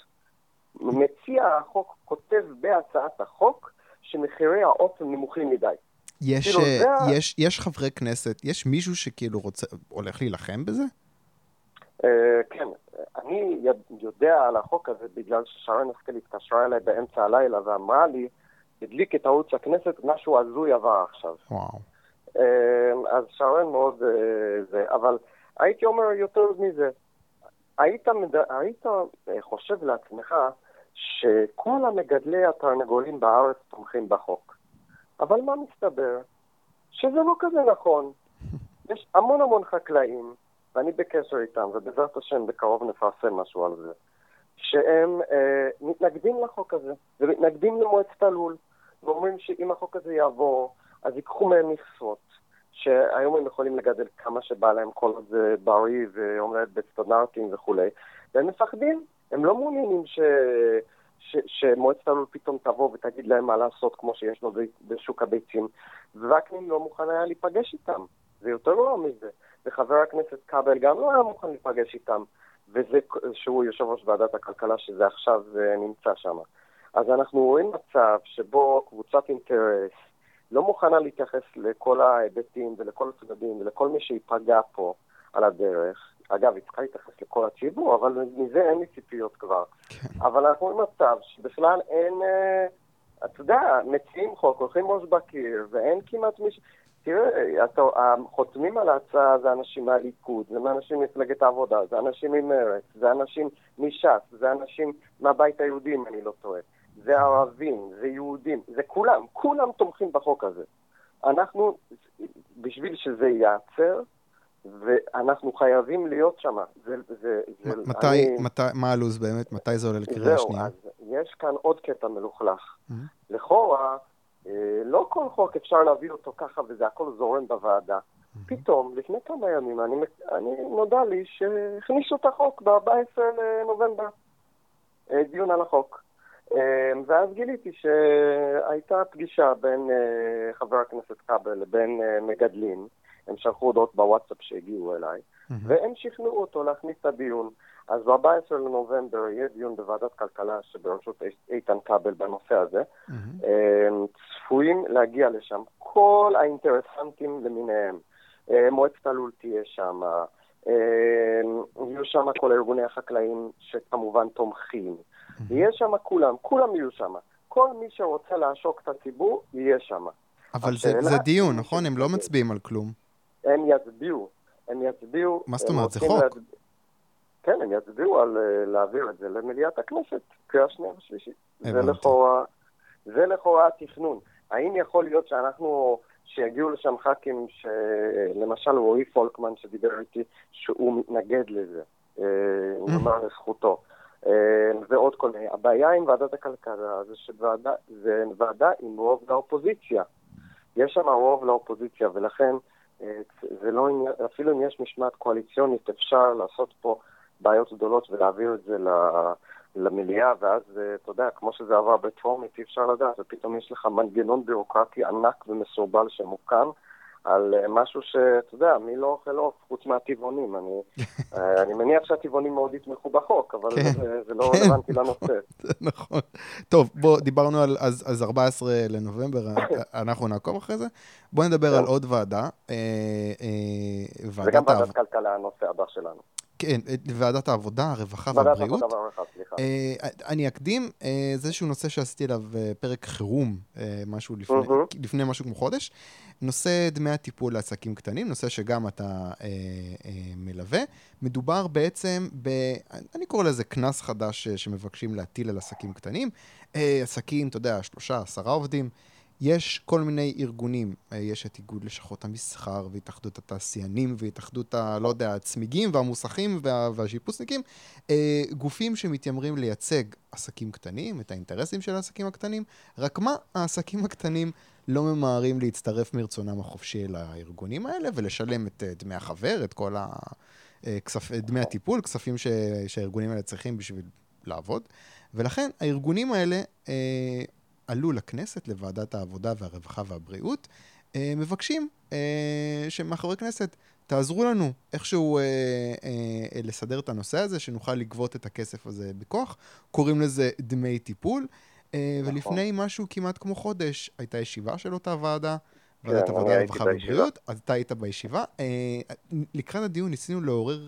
מציע החוק כותב בהצעת החוק שמחירי העוף הם נמוכים מדי. יש, כאילו, uh, יש, יש חברי כנסת, יש מישהו שכאילו רוצה, הולך להילחם בזה? Uh, כן, אני יודע על החוק הזה בגלל ששרן השכל התקשרה אליי באמצע הלילה ואמרה לי, הדליק את ערוץ הכנסת, משהו הזוי עבר עכשיו. וואו. Uh, אז שרן מאוד uh, זה, אבל הייתי אומר יותר מזה, היית, היית uh, חושב לעצמך שכל המגדלי התרנגולים בארץ תומכים בחוק. אבל מה מסתבר? שזה לא כזה נכון. יש המון המון חקלאים, ואני בקשר איתם, ובעזרת השם בקרוב נפרסם משהו על זה, שהם אה, מתנגדים לחוק הזה, ומתנגדים למועצת הלול, ואומרים שאם החוק הזה יעבור, אז ייקחו מהם מכסות, שהיום הם יכולים לגדל כמה שבא להם כל הזה בריא, ועומד בסטנדרטים וכו'. והם מפחדים, הם לא מעוניינים ש... ש... שמועצת הלול פתאום תבוא ותגיד להם מה לעשות כמו שיש לו בשוק הביצים. וקנין לא מוכן היה להיפגש איתם. זה יותר לא מזה. וחבר הכנסת קבל גם לא היה מוכן להיפגש איתם. וזה שהוא יושב ראש ועדת הכלכלה שזה עכשיו נמצא שם. אז אנחנו רואים מצב שבו קבוצת אינטרס לא מוכנה להתייחס לכל ההיבטים ולכל הצדדים ולכל מי שיפגע פה על הדרך. אגב, היא צריכה להתייחס לכל הציבור, אבל מזה אין לי ציפיות כבר. כן. אבל אנחנו רואים מצב שבכלל אין, אה, אתה יודע, מציעים חוק, הולכים ראש בקיר, ואין כמעט מישהו... תראה, אתה, החותמים על ההצעה זה אנשים מהליכוד, זה אנשים מפלגת העבודה, זה אנשים ממרץ, זה אנשים מש"ס, זה אנשים מהבית היהודי, אם אני לא טועה. זה ערבים, זה יהודים, זה כולם, כולם תומכים בחוק הזה. אנחנו, בשביל שזה ייעצר, ואנחנו חייבים להיות שם. זה, זה, זה, מתי, אני... מתי, מה הלו"ז באמת? מתי זה עולה לקריאה שנייה? אז יש כאן עוד קטע מלוכלך. Mm-hmm. לכאורה, לא כל חוק אפשר להביא אותו ככה, וזה הכל זורם בוועדה. Mm-hmm. פתאום, לפני כמה ימים, אני, אני נודע לי שהכניסו את החוק ב-ארבעה עשר לנובמבר. דיון על החוק. ואז גיליתי שהייתה פגישה בין חבר הכנסת קבל לבין מגדלים, הם שלחו הודעות בוואטסאפ שהגיעו אליי, mm-hmm. והם שכנעו אותו להכניס את הדיון. אז ב-ארבעה עשר לנובמבר יהיה דיון בוועדת כלכלה שבראשות איתן קבל בנושא הזה. Mm-hmm. צפויים להגיע לשם כל האינטרסנטים למיניהם. מועצת הלול תהיה שם, יהיו שם כל ארגוני החקלאים שכמובן תומכים. Mm-hmm. יהיה שם כולם, כולם יהיו שם. כל מי שרוצה לעשוק את הציבור יהיה שם. אבל זה, זה דיון, נכון? הם לא מצביעים על כלום. הם יצביעו, הם יצביעו... מה זאת אומרת? זה חוק? להצביע... כן, הם יצביעו על uh, להעביר את זה למליאת הכנסת, קריאה שנייה ושלישית. זה לכאורה, זה לכאורה התכנון. האם יכול להיות שאנחנו, שיגיעו לשם ח"כים, שלמשל רועי פולקמן שדיבר איתי, שהוא מתנגד לזה, נאמר לזכותו. ועוד כל מיני. הבעיה עם ועדת הכלכלה זה שוועדה, זה ועדה עם רוב לאופוזיציה. יש שם רוב לאופוזיציה, ולכן זה לא, אפילו אם יש משמעת קואליציונית, אפשר לעשות פה בעיות גדולות ולהעביר את זה למליאה, ואז, אתה יודע, כמו שזה עבר בטרומית, אי אפשר לדעת, ופתאום יש לך מנגנון בירוקרטי ענק ומסורבל שמוקם, על משהו שאתה יודע, מי לא אוכל עוף, חוץ מהטבעונים. אני, אני מניח שהטבעונים מאוד יתמכו בחוק, אבל כן, זה, זה לא כן. רלוונטי לנושא. נכון. טוב, בוא, דיברנו על אז, אז ארבעה עשר לנובמבר, אנחנו נעקוב אחרי זה. בוא נדבר כן. על עוד ועדה. אה, אה, זה גם ועדת כלכלה, הנושא הבא שלנו. כן, ועדת העבודה, הרווחה והבריאות. אני אקדים, זה איזשהו נושא שעשיתי עליו פרק חירום, משהו לפני משהו כמו חודש. נושא דמי הטיפול לעסקים קטנים, נושא שגם אתה מלווה. מדובר בעצם ב... אני קורא לזה כנס חדש שמבקשים להטיל על עסקים קטנים. עסקים, אתה יודע, שלושה, עשרה עובדים. יש כל מיני ארגונים, יש את איגוד לשכות המסחר והתאחדות התעשיינים והתאחדות ה, לא יודע, הצמיגים והמוסכים וה, והשיפוצניקים, גופים שמתיימרים לייצג עסקים קטנים, את האינטרסים של העסקים הקטנים, רק מה, העסקים הקטנים לא ממהרים להצטרף מרצונם החופשי לארגונים האלה ולשלם את דמי החבר, את כל הכסף, דמי הטיפול, כספים ש, שהארגונים האלה צריכים בשביל לעבוד, ולכן הארגונים האלה עלו לכנסת, לוועדת העבודה והרווחה והבריאות, מבקשים שמאחורי כנסת תעזרו לנו איכשהו לסדר את הנושא הזה, שנוכל לגבות את הכסף הזה בכוח. קוראים לזה דמי טיפול, ולפני משהו כמעט כמו חודש, הייתה ישיבה של אותה ועדה, ועדת העבודה, הרווחה והבריאות, אז אתה היית בישיבה. לקראת הדיון ניסינו לעורר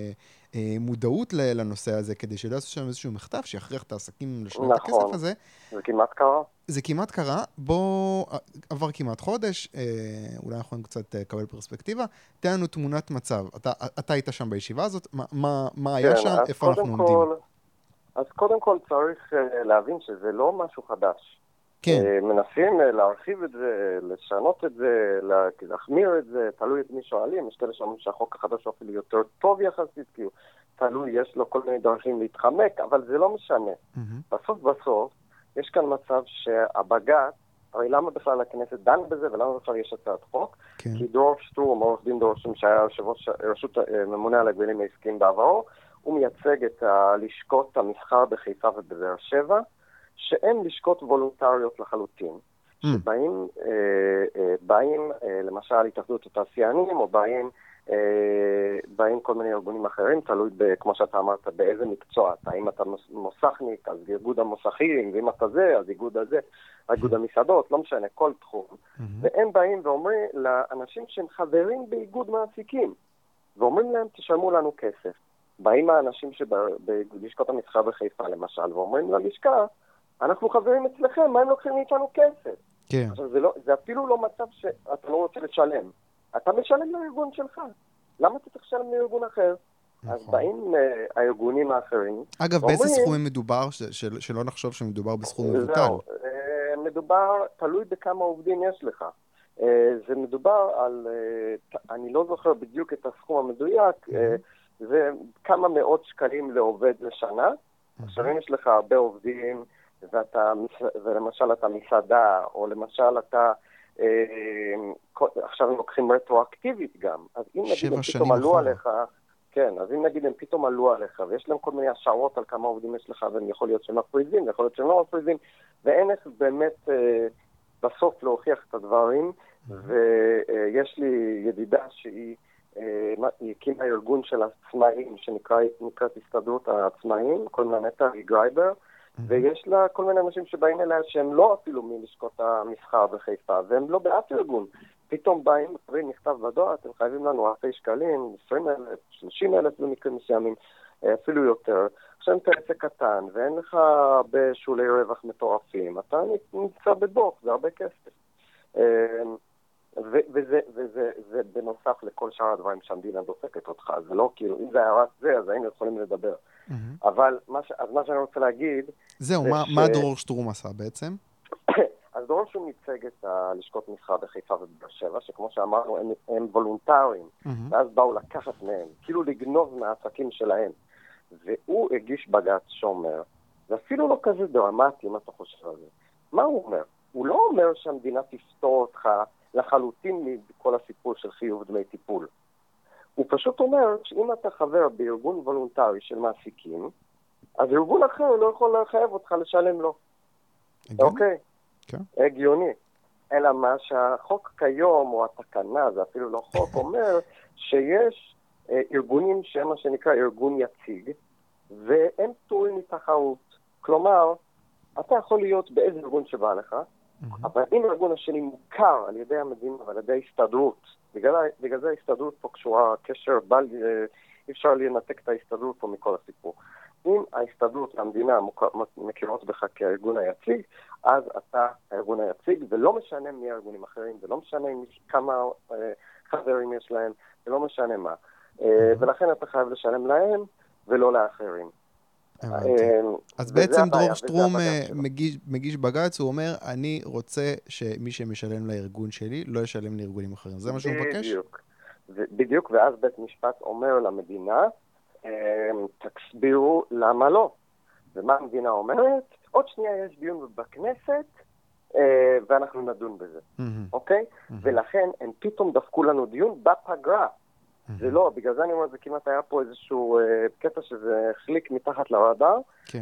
מודעות לנושא הזה, כדי שלא יעשו שם איזשהו מכתב, שיכריח את העסקים לשלם את הכסף הזה. זה כמעט קרה. זה כמעט קרה. בוא, עבר כמעט חודש, אולי אנחנו קצת לקבל פרספקטיבה. תן לנו תמונת מצב. אתה, אתה היית שם בישיבה הזאת, מה, מה היה שם, איפה אנחנו עומדים? אז קודם כל צריך להבין שזה לא משהו חדש. כן. מנסים להרחיב את זה, לשנות את זה, להחמיר את זה, תלוי את מי שואלים. יש כאלה שאומרים שהחוק החדש הוא אפילו יותר טוב יחסית, כי הוא תלוי, יש לו כל מיני דרכים להתחמק, אבל זה לא משנה. Mm-hmm. בסוף בסוף, יש כאן מצב שהבג"ץ, הרי למה בכלל הכנסת דן בזה, ולמה בכלל יש הצעת חוק? כן. כי דרור שטרום, עורך דין דרור שטרום, שהיה יושב-ראש רשות ממונה על ההגבלים העסקיים בעברו, הוא מייצג את לשכות המסחר בחיפה ובבאר שבע, שהן לשכות וולונטריות לחלוטין, mm. שבאים אה, אה, באים, אה, למשל התאחדות התעשיינים, או באים, אה, באים כל מיני ארגונים אחרים, תלוי, ב, כמו שאתה אמרת, באיזה מקצוע. האם אתה מוסכניק, אז איגוד המוסכים, ואם אתה זה, אז איגוד הזה, איגוד המסעדות, לא משנה, כל תחום. Mm-hmm. והם באים ואומרים לאנשים שהם חברים באיגוד מעסיקים, ואומרים להם, תשלמו לנו כסף. באים האנשים שבלשכות המסחר בחיפה, למשל, ואומרים ללשכה, אנחנו חברים אצלכם, מה הם לוקחים מאיתנו כסף? כן. עכשיו, זה, לא, זה אפילו לא מצב שאתה לא רוצה לשלם. אתה משלם לארגון שלך. למה אתה צריך לשלם לארגון אחר? נכון. אז באים uh, הארגונים האחרים. אגב, באיזה סכומים מדובר? ש- של, שלא נחשוב שמדובר בסכום מבוטל. זהו, uh, מדובר, תלוי בכמה עובדים יש לך. Uh, זה מדובר על, uh, אני לא זוכר בדיוק את הסכום המדויק, mm-hmm. uh, זה כמה מאות שקלים לעובד לשנה. Mm-hmm. עכשיו, אם יש לך הרבה עובדים, ואתה, ולמשל אתה מסעדה, או למשל אתה, אה, עכשיו הם לוקחים רטרואקטיבית גם, אז אם נגיד הם פתאום עלו עליך, כן, אז אם נגיד הם פתאום עלו עליך, ויש להם כל מיני השערות על כמה עובדים יש לך, והם יכול להיות שהם מפריזים, ויכול להיות שהם לא מפריזים, ואין איך באמת אה, בסוף להוכיח את הדברים, ויש לי ידידה שהיא, אה, היא הקימה ארגון של עצמאים, שנקראת הסתדרות העצמאים, כל מיני נטע, היא גרייבר, ויש לה כל מיני אנשים שבאים אליה שהם לא אפילו מלשכות המסחר בחיפה, והם לא באף ארגון. פתאום באים, מקבלים מכתב בדואר, אתם חייבים לנו אלפי שקלים, עשרים אלף, שלושים אלף במקרים מסוימים, אפילו יותר. עכשיו אתה עסק קטן, ואין לך בשולי רווח מטורפים, אתה נמצא בדוח, זה הרבה כסף. וזה, וזה, זה בנוסף לכל שאר הדברים שהמדינה דופקת אותך. זה לא כאילו, אם זה היה רק זה, אז היינו יכולים לדבר. אבל מה, ש... אז מה שאני רוצה להגיד... זהו, מה, ש... מה דרור שטרום עשה בעצם? אז אז דורון שהוא ייצג את הלשכות מסחר בחיפה ובבאר שבע, שכמו שאמרנו, הם, הם וולונטריים, mm-hmm. ואז באו לקחת מהם, כאילו לגנוב מהעסקים שלהם. והוא הגיש בג"ץ שאומר, זה אפילו לא כזה דרמטי, מה אתה חושב על זה? מה הוא אומר? הוא לא אומר שהמדינה תפתור אותך לחלוטין מכל הסיפור של חיוב דמי טיפול. הוא פשוט אומר שאם אתה חבר בארגון וולונטרי של מעסיקים, אז ארגון אחר לא יכול לחייב אותך לשלם לו. אוקיי? כן. הגיוני. אלא מה שהחוק כיום, או התקנה, זה אפילו לא חוק, אומר שיש אה, ארגונים שהם מה שנקרא ארגון יציג, והם פטורים מתחרות. כלומר, אתה יכול להיות באיזה ארגון שבא לך, mm-hmm. אבל אם הארגון השני מוכר על ידי המדינה ועל ידי הסתדרות, בגלל, בגלל זה ההסתדרות פה קשורה, קשר בל, אי אפשר לנתק את ההסתדרות פה מכל הסיפור. אם ההסתדרות והמדינה מכירות בך כארגון היציג, אז אתה הארגון היציג, ולא משנה מי הארגונים אחרים, ולא משנה כמה חברים יש להם, ולא משנה מה. ולכן אתה חייב לשלם להם, ולא לאחרים. אז בעצם דרור שטרום מגיש בג"ץ, הוא אומר, אני רוצה שמי שמשלם לארגון שלי, לא ישלם לארגונים אחרים. זה מה שהוא מבקש? בדיוק. בדיוק, ואז בית משפט אומר למדינה, תסבירו למה לא. ומה המדינה אומרת? עוד שנייה יש דיון בכנסת, ואנחנו נדון בזה. אוקיי? ולכן הם פתאום דפקו לנו דיון בפגרה. זה לא, בגלל זה אני אומר, זה כמעט היה פה איזשהו קטע שזה החליק מתחת לרדאר.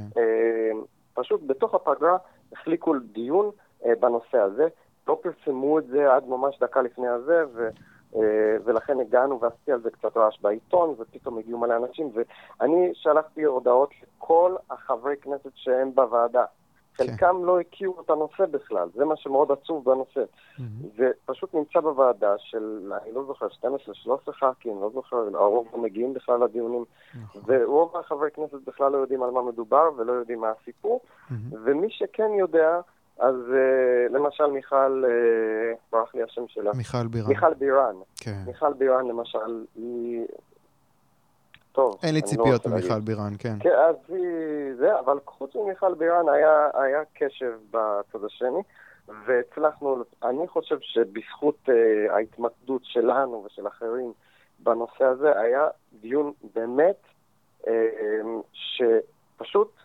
פשוט בתוך הפגרה החליקו דיון בנושא הזה. לא פרסמו את זה עד ממש דקה לפני הזה, ו... ולכן הגענו ועשיתי על זה קצת רעש בעיתון, ופתאום הגיעו מלא אנשים, ואני שלחתי הודעות לכל החברי כנסת שהם בוועדה. חלקם לא הכירו את הנושא בכלל, זה מה שמאוד עצוב בנושא. זה פשוט נמצא בוועדה של, אני לא זוכר, שתים עשרה שלוש עשרה ח"כים, לא זוכר, הרוב לא מגיעים בכלל לדיונים, ורוב החברי כנסת בכלל לא יודעים על מה מדובר, ולא יודעים מה הסיפור, ומי שכן יודע, אז uh, למשל מיכל, uh, ברח לי השם שלה. מיכל בירן. מיכל בירן. כן. מיכל בירן למשל, היא... טוב. אין לי ציפיות לא ממיכל בירן, כן. כן, אז היא... זה, אבל חוץ ממיכל בירן היה, היה קשב בצד השני, והצלחנו, אני חושב שבזכות uh, ההתמקדות שלנו ושל אחרים בנושא הזה, היה דיון באמת uh, שפשוט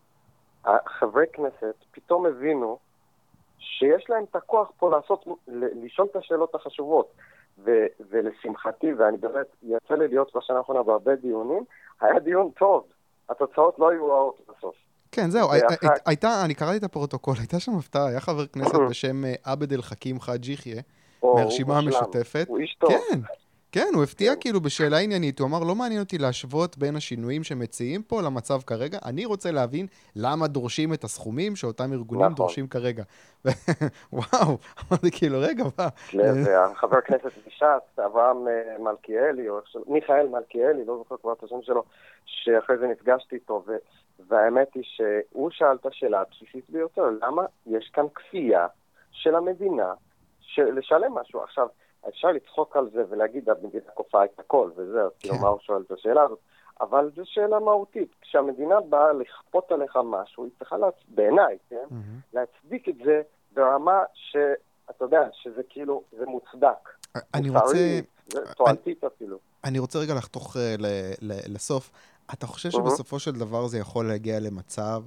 החברי כנסת פתאום הבינו שיש להם את הכוח פה לעשות, לשאול את השאלות החשובות. ו- ולשמחתי, ואני באמת יצא לי להיות בשנה האחרונה בהרבה דיונים, היה דיון טוב. התוצאות לא היו רעות בסוף. כן, זהו. הייתה, אני קראתי את הפרוטוקול, הייתה שם הפתעה, היה חבר כנסת בשם עבד אל חכים חאג' יחיא, מהרשימה המשותפת. הוא איש טוב. כן. כן, הוא הפתיע כאילו בשאלה עניינית, הוא אמר, לא מעניין אותי להשוות בין השינויים שמציעים פה למצב כרגע, אני רוצה להבין למה דורשים את הסכומים שאותם ארגונים דורשים כרגע. וואו, אמרתי כאילו, רגע, מה? חבר כנסת מש"ס, אברהם מלכיאלי, או מיכאל מלכיאלי, לא זוכר כבר את השם שלו, שאחרי זה נפגשתי איתו, והאמת היא שהוא שאל את השאלה הבסיסית ביותר, למה יש כאן כפייה של המדינה לשלם משהו? עכשיו, אפשר לצחוק על זה ולהגיד, המדינה כופה את הכל, וזה, כאילו מה הוא שואל את השאלה הזאת, אבל זו שאלה מהותית. כשהמדינה באה לכפות עליך משהו, היא צריכה, בעיניי, כן? להצדיק את זה ברמה שאתה יודע, שזה כאילו, זה מוצדק. אני רוצה... זה תועלתית אפילו. אני רוצה רגע לחתוך לסוף. אתה חושב שבסופו של דבר זה יכול להגיע למצב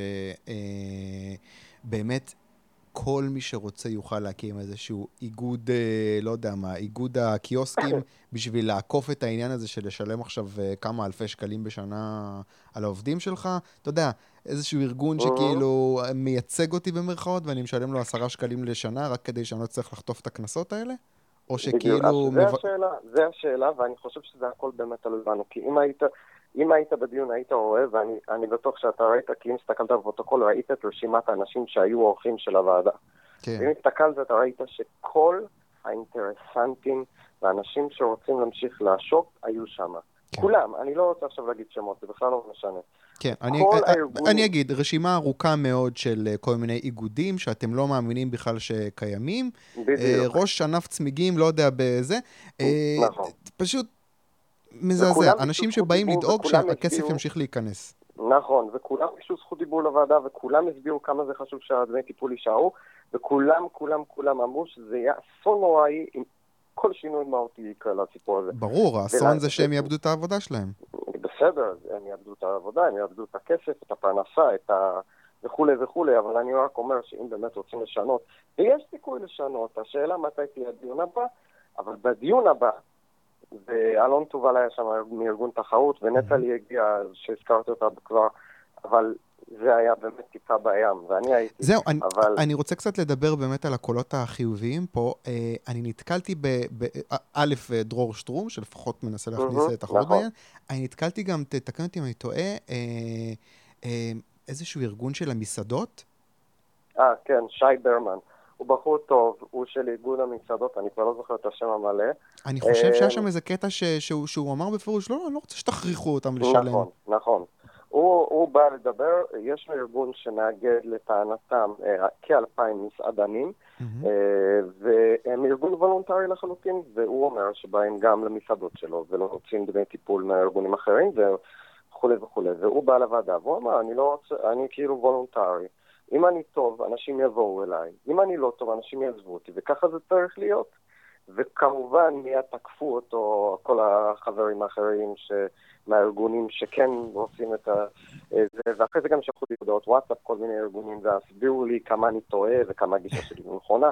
שבאמת... כל מי שרוצה יוכל להקים איזשהו איגוד, לא יודע מה, איגוד הקיוסקים, בשביל לעקוף את העניין הזה של לשלם עכשיו כמה אלפי שקלים בשנה על העובדים שלך. אתה יודע, איזשהו ארגון שכאילו מייצג אותי במרכאות, ואני משלם לו עשרה שקלים לשנה, רק כדי שאני לא צריך לחטוף את הכנסות האלה? או שכאילו... זה השאלה, זה השאלה, ואני חושב שזה הכל באמת על בנו, כי אם היית... אם היית בדיון, היית רואה, ואני אני בטוח שאתה ראית, כי אם הסתכלת בפרוטוקול, ראית את רשימת האנשים שהיו אורחים של הוועדה. כן. אם הסתכלת, אתה ראית שכל האינטרסנטים והאנשים שרוצים להמשיך לעשוק, היו שם. כן. כולם, אני לא רוצה עכשיו להגיד שמות, זה בכלל לא משנה. כן, אני, הארגון... אני אגיד, רשימה ארוכה מאוד של כל מיני איגודים, שאתם לא מאמינים בכלל שקיימים. בדיוק. ראש ענף צמיגים, לא יודע בזה. נכון. פשוט... מזעזע, אנשים שבאים לדאוג שהכסף ימשיך להיכנס. נכון, וכולם ביקשו זכות דיבור לוועדה, וכולם הסבירו כמה זה חשוב שהדמי טיפול יישארו, וכולם, כולם, כולם אמרו שזה יהיה אסון נוראי עם כל שינוי מהותי יקרה לסיפור הזה. ברור, האסון זה שהם יאבדו את העבודה שלהם. בסדר, הם יאבדו את העבודה, הם יאבדו את הכסף, את הפרנסה, את ה... וכולי וכולי, אבל אני רק אומר שאם באמת רוצים לשנות, ויש סיכוי לשנות, השאלה מתי תהיה הדיון הבא, אבל בדיון הבא, ואלון טובל היה שם מארגון תחרות, ונטלי הגיעה, שהזכרת אותה כבר, אבל זה היה באמת טיפה בים, ואני הייתי... זהו, אני, אבל... אני רוצה קצת לדבר באמת על הקולות החיוביים פה. אני נתקלתי ב... ב א', דרור שטרום, שלפחות מנסה להכניס את תחרות נכון. בעניין. אני נתקלתי גם, תתקן אותי אם אני טועה, אה, אה, איזשהו ארגון של המסעדות. אה, כן, שי ברמן. הוא בחור טוב, הוא של איגוד המסעדות, אני כבר לא זוכר את השם המלא. אני חושב שהיה שם איזה קטע ש, שהוא, שהוא אמר בפירוש, לא, אני לא רוצה שתכריחו אותם לשלם. נכון, נכון. הוא, הוא בא לדבר, יש לו ארגון שמאגד לטענתם אה, כאלפיים מסעדנים, Mm-hmm. אה, והם ארגון וולונטרי לחלוטין, והוא אומר שבאים גם למסעדות שלו, ולא רוצים דמי טיפול מהארגונים אחרים, וכו' וכו'. והוא בא לוועדה, והוא אמר, אני לא רוצה, אני כאילו וולונטרי. אם אני טוב, אנשים יבואו אליי. אם אני לא טוב, אנשים יעזבו אותי, וככה זה צריך להיות. וכמובן מיד תקפו אותו כל החברים האחרים ש... מהארגונים שכן עושים את זה, ואחרי זה גם שלחו לי הודעות וואטסאפ, כל מיני ארגונים, והסבירו לי כמה אני טועה וכמה הגישה שלי נכונה.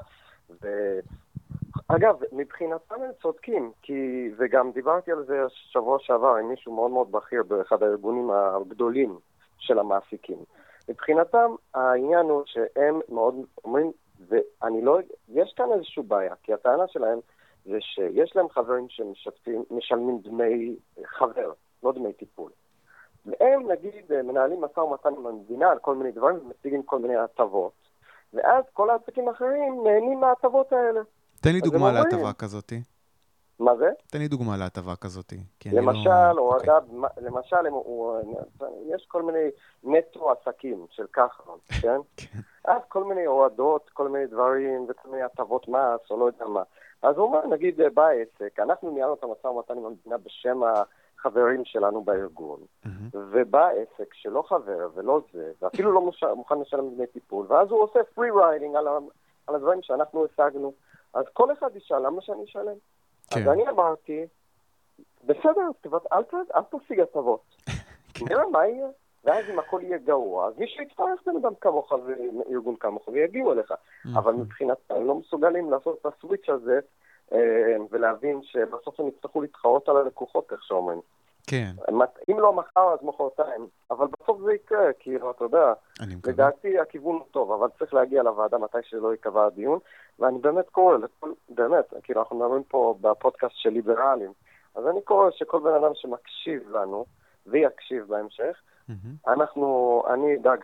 ואגב, מבחינתם הם צודקים, כי, וגם דיברתי על זה שבוע שעבר עם מישהו מאוד מאוד בכיר באחד הארגונים הגדולים של המעסיקים. מבחינתם העניין הוא שהם מאוד אומרים, ואני לא, יש כאן איזושהי בעיה, כי הטענה שלהם זה שיש להם חברים שמשלמים דמי חבר, לא דמי טיפול. והם, נגיד, מנהלים משא ומתן עם המדינה על כל מיני דברים ומציגים כל מיני הטבות, ואז כל העסקים האחרים נהנים מההטבות האלה. תן לי דוגמה להטבה כזאת. מה זה? תן לי דוגמה להטבה כזאת. למשל, הורדה, למשל, יש כל מיני נטו עסקים של ככה, כן? אז כל מיני הורדות, כל מיני דברים וכל מיני הטבות מס או לא יודע מה. אז הוא אומר, נגיד, בעסק, אנחנו ניהלנו את המשא ומתן עם המדינה בשם החברים שלנו בארגון, ובא עסק שלא חבר ולא זה, ואפילו לא מוכן לשלם דמי טיפול, ואז הוא עושה free riding על, על הדברים שאנחנו השגנו. אז כל אחד ישאל, למה שאני אשלם? אז אני אמרתי, בסדר, אל תשיג הטבות. נראה מה יהיה, ואז אם הכל יהיה גרוע, אז מישהו יצטרך בן אדם כמוך וארגון כמוך ויגיעו אליך. אבל מבחינת, הם לא מסוגלים לעשות את הסוויץ' הזה, ולהבין שבסוף הם יצטרכו להתחרות על הלקוחות, איך שאומרים. כן. אם לא מחר, אז מחרתיים. אבל בסוף זה יקרה, כי אתה יודע, לדעתי הכיוון הוא טוב, אבל צריך להגיע לוועדה מתי שלא יקבע הדיון, ואני באמת קורא, באמת, כאילו אנחנו מדברים פה בפודקאסט של ליברלים, אז אני קורא שכל בן אדם שמקשיב לנו, ויקשיב בהמשך, אנחנו, אני אדאג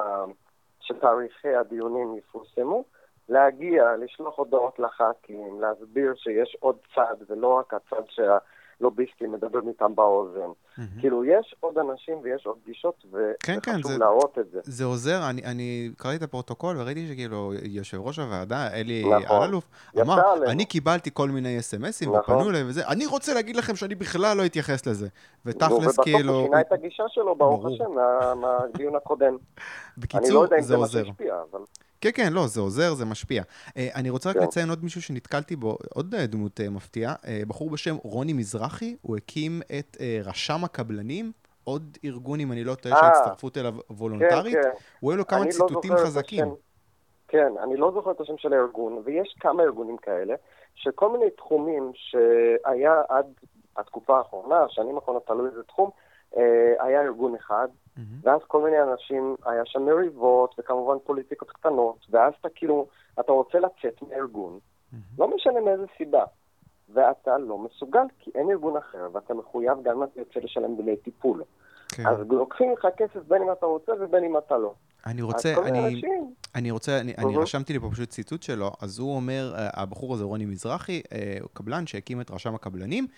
שתאריכי הדיונים יפורסמו, להגיע, לשלוח הודעות לח"כים, להסביר שיש עוד צד, ולא רק הצד שהלוביסטים מדברים איתם באוזן. כאילו, יש עוד אנשים ויש עוד פגישות, וחשוב להראות את זה. זה עוזר, אני קראתי את הפרוטוקול, וראיתי שכאילו יושב ראש הוועדה, אלי אלאלוף, אמר, אני קיבלתי כל מיני אס אם אסים, ופנו אליי וזה, אני רוצה להגיד לכם שאני בכלל לא אתייחס לזה. ותכלס כאילו... ובסוף הוא שינה את הגישה שלו, ברוך השם, מהדיון הקודם. בקיצור, אני לא יודע אם זה מה שהשפיע, אבל... כן, כן, לא, זה עוזר, זה משפיע. אני רוצה רק לציין עוד מישהו שנתקלתי בו, עוד דמות מפתיעה, בחור בשם רוני מזרחי, הוא הקים את רשם הקבלנים, עוד ארגון, אם אני לא טועה, שהצטרפות אליו וולונטרית, הוא היה לו כמה ציטוטים חזקים. כן, אני לא זוכר את השם של הארגון, ויש כמה ארגונים כאלה, שכל מיני תחומים שהיה עד התקופה האחרונה, השנים האחרונות תלוי איזה תחום, היה ארגון אחד, ואז כל מיני אנשים, היה שם מריבות, וכמובן פוליטיקות קטנות, ואז אתה כאילו, אתה רוצה לצאת מארגון, לא משנה מאיזה סיבה, ואתה לא מסוגל, כי אין ארגון אחר, ואתה מחויב גם אם אתה יוצא לשלם דמי טיפול. אז לוקחים לך כסף בין אם אתה רוצה ובין אם אתה לא. אני רוצה, אני, אני רוצה, אני, אני רשמתי לי פה פשוט ציטוט שלו, אז הוא אומר, הבחור הזה רוני מזרחי, הוא קבלן שהקים את רשם הקבלנים,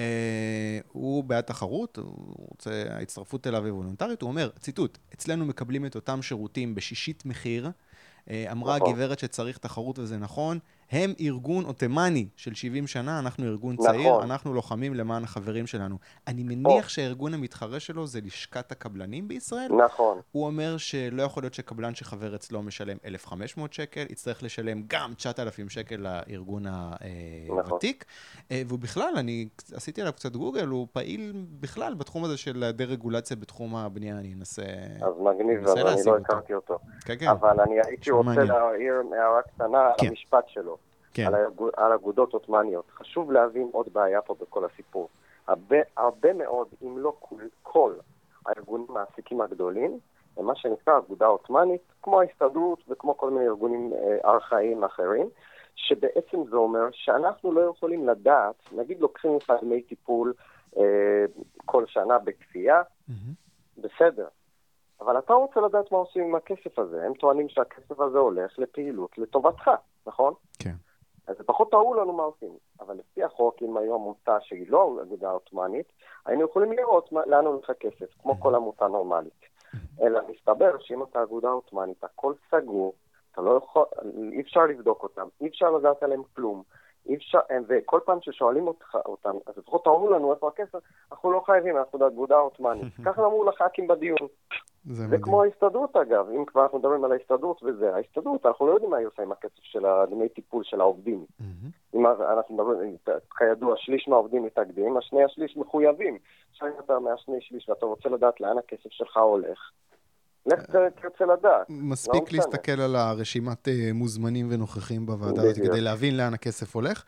הוא בעד תחרות, הוא רוצה, ההצטרפות אליו היא וולונטרית, הוא אומר, ציטוט, אצלנו מקבלים את אותם שירותים בשישית מחיר, אמרה הגברת שצריך תחרות וזה נכון, הם ארגון אוטומני של שבעים שנה, אנחנו ארגון צעיר, נכון. אנחנו לוחמים למען החברים שלנו. אני מניח או. שהארגון המתחרה שלו זה לשכת הקבלנים בישראל. נכון. הוא אומר שלא יכול להיות שקבלן שחבר אצלו משלם אלף וחמש מאות שקל, יצטרך לשלם גם תשעת אלפים שקל לארגון הוותיק. נכון. והוא בכלל, אני עשיתי עליו קצת גוגל, הוא פעיל בכלל בתחום הזה של דה-רגולציה בתחום הבנייה, אני אנסה אז מגניב, אז אני לא הכרתי אותו. כן, כן. אבל אני הייתי רוצה להעיר הערה קטנה על המשפט שלו, על אגודות עות'מאניות. חשוב להבין עוד בעיה פה בכל הסיפור. הרבה מאוד, אם לא כל, הארגונים המעסיקים הגדולים, הם מה שנקרא אגודה עות'מאנית, כמו ההסתדרות וכמו כל מיני ארגונים ארכאיים אחרים, שבעצם זה אומר שאנחנו לא יכולים לדעת, נגיד לוקחים לך דמי טיפול כל שנה בכפייה, בסדר. אבל אתה רוצה לדעת מה עושים עם הכסף הזה. הם טוענים שהכסף הזה הולך לפעילות לטובתך, נכון? כן. אז זה פחות תראו לנו מה עושים. אבל לפי החוק, אם היום עמותה שהיא לא אגודה עות'מאנית, היינו יכולים לראות לאן הולך הכסף, כמו כל עמותה נורמלית. אלא מסתבר שאם אתה אגודה עות'מאנית, הכל סגור, אתה לא יכול, אי אפשר לבדוק אותם, אי אפשר לדעת עליהם כלום, אי אפשר, וכל פעם ששואלים אותך, אותם, אז לפחות תראו לנו איפה הכסף, אנחנו לא חייבים, אנחנו אגודה עות'מאנית. ככה אמרו לח"כים בדיון. זה, זה כמו ההסתדרות אגב, אם כבר אנחנו מדברים על ההסתדרות וזה, ההסתדרות, אנחנו לא יודעים מה היא עושה עם הכסף של דמי טיפול של העובדים. Mm-hmm. אם אנחנו מדברים, כידוע, שליש מהעובדים מתאגדים, השני השליש מחויבים. עכשיו אתה מהשני שליש ואתה רוצה לדעת לאן הכסף שלך הולך, לך תרצה לדעת. מספיק להסתכל על הרשימת מוזמנים ונוכחים בוועדה הזאת כדי להבין לאן הכסף הולך.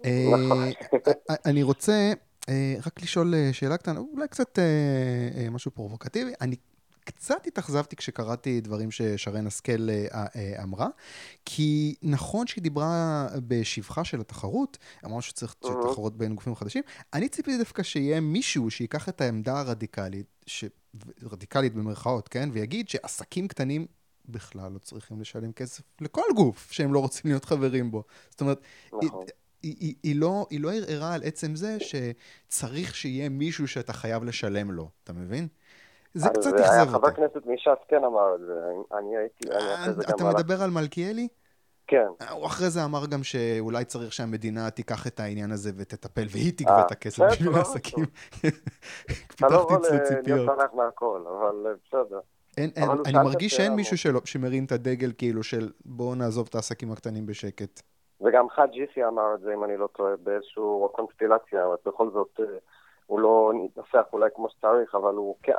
אני רוצה רק לשאול שאלה קטנה, אולי קצת משהו פרובוקטיבי. אני קצת התאכזבתי כשקראתי דברים ששרן השכל אמרה, כי נכון שהיא דיברה בשבחה של התחרות, אמרה שצריך תחרות בין גופים חדשים, אני ציפיתי דווקא שיהיה מישהו שיקח את העמדה הרדיקלית, ש... רדיקלית במרכאות, כן? ויגיד שעסקים קטנים בכלל לא צריכים לשלם כסף לכל גוף שהם לא רוצים להיות חברים בו. זאת אומרת, נכון. היא, היא, היא, לא, היא לא ערערה על עצם זה שצריך שיהיה מישהו שאתה חייב לשלם לו, אתה מבין? זה קצת תחזב אותי. חבר כנסת מש"ס כן אמר את זה, אני הייתי, אני אחרי זה גם... אתה מדבר על מלכיאלי? כן. הוא אחרי זה אמר גם שאולי צריך שהמדינה תיקח את העניין הזה ותטפל, והיא תגבה את הכסף בשביל העסקים. פיתחתי אצלו ציפיות. אתה לא יכול להיות מהכל, אבל בסדר. אני מרגיש שאין מישהו שמרים את הדגל כאילו של בואו נעזוב את העסקים הקטנים בשקט. וגם חאג' יחיא אמר את זה, אם אני לא טועה, באיזשהו קונסטלציה, אבל בכל זאת הוא לא ננסח אולי כמו שצריך, אבל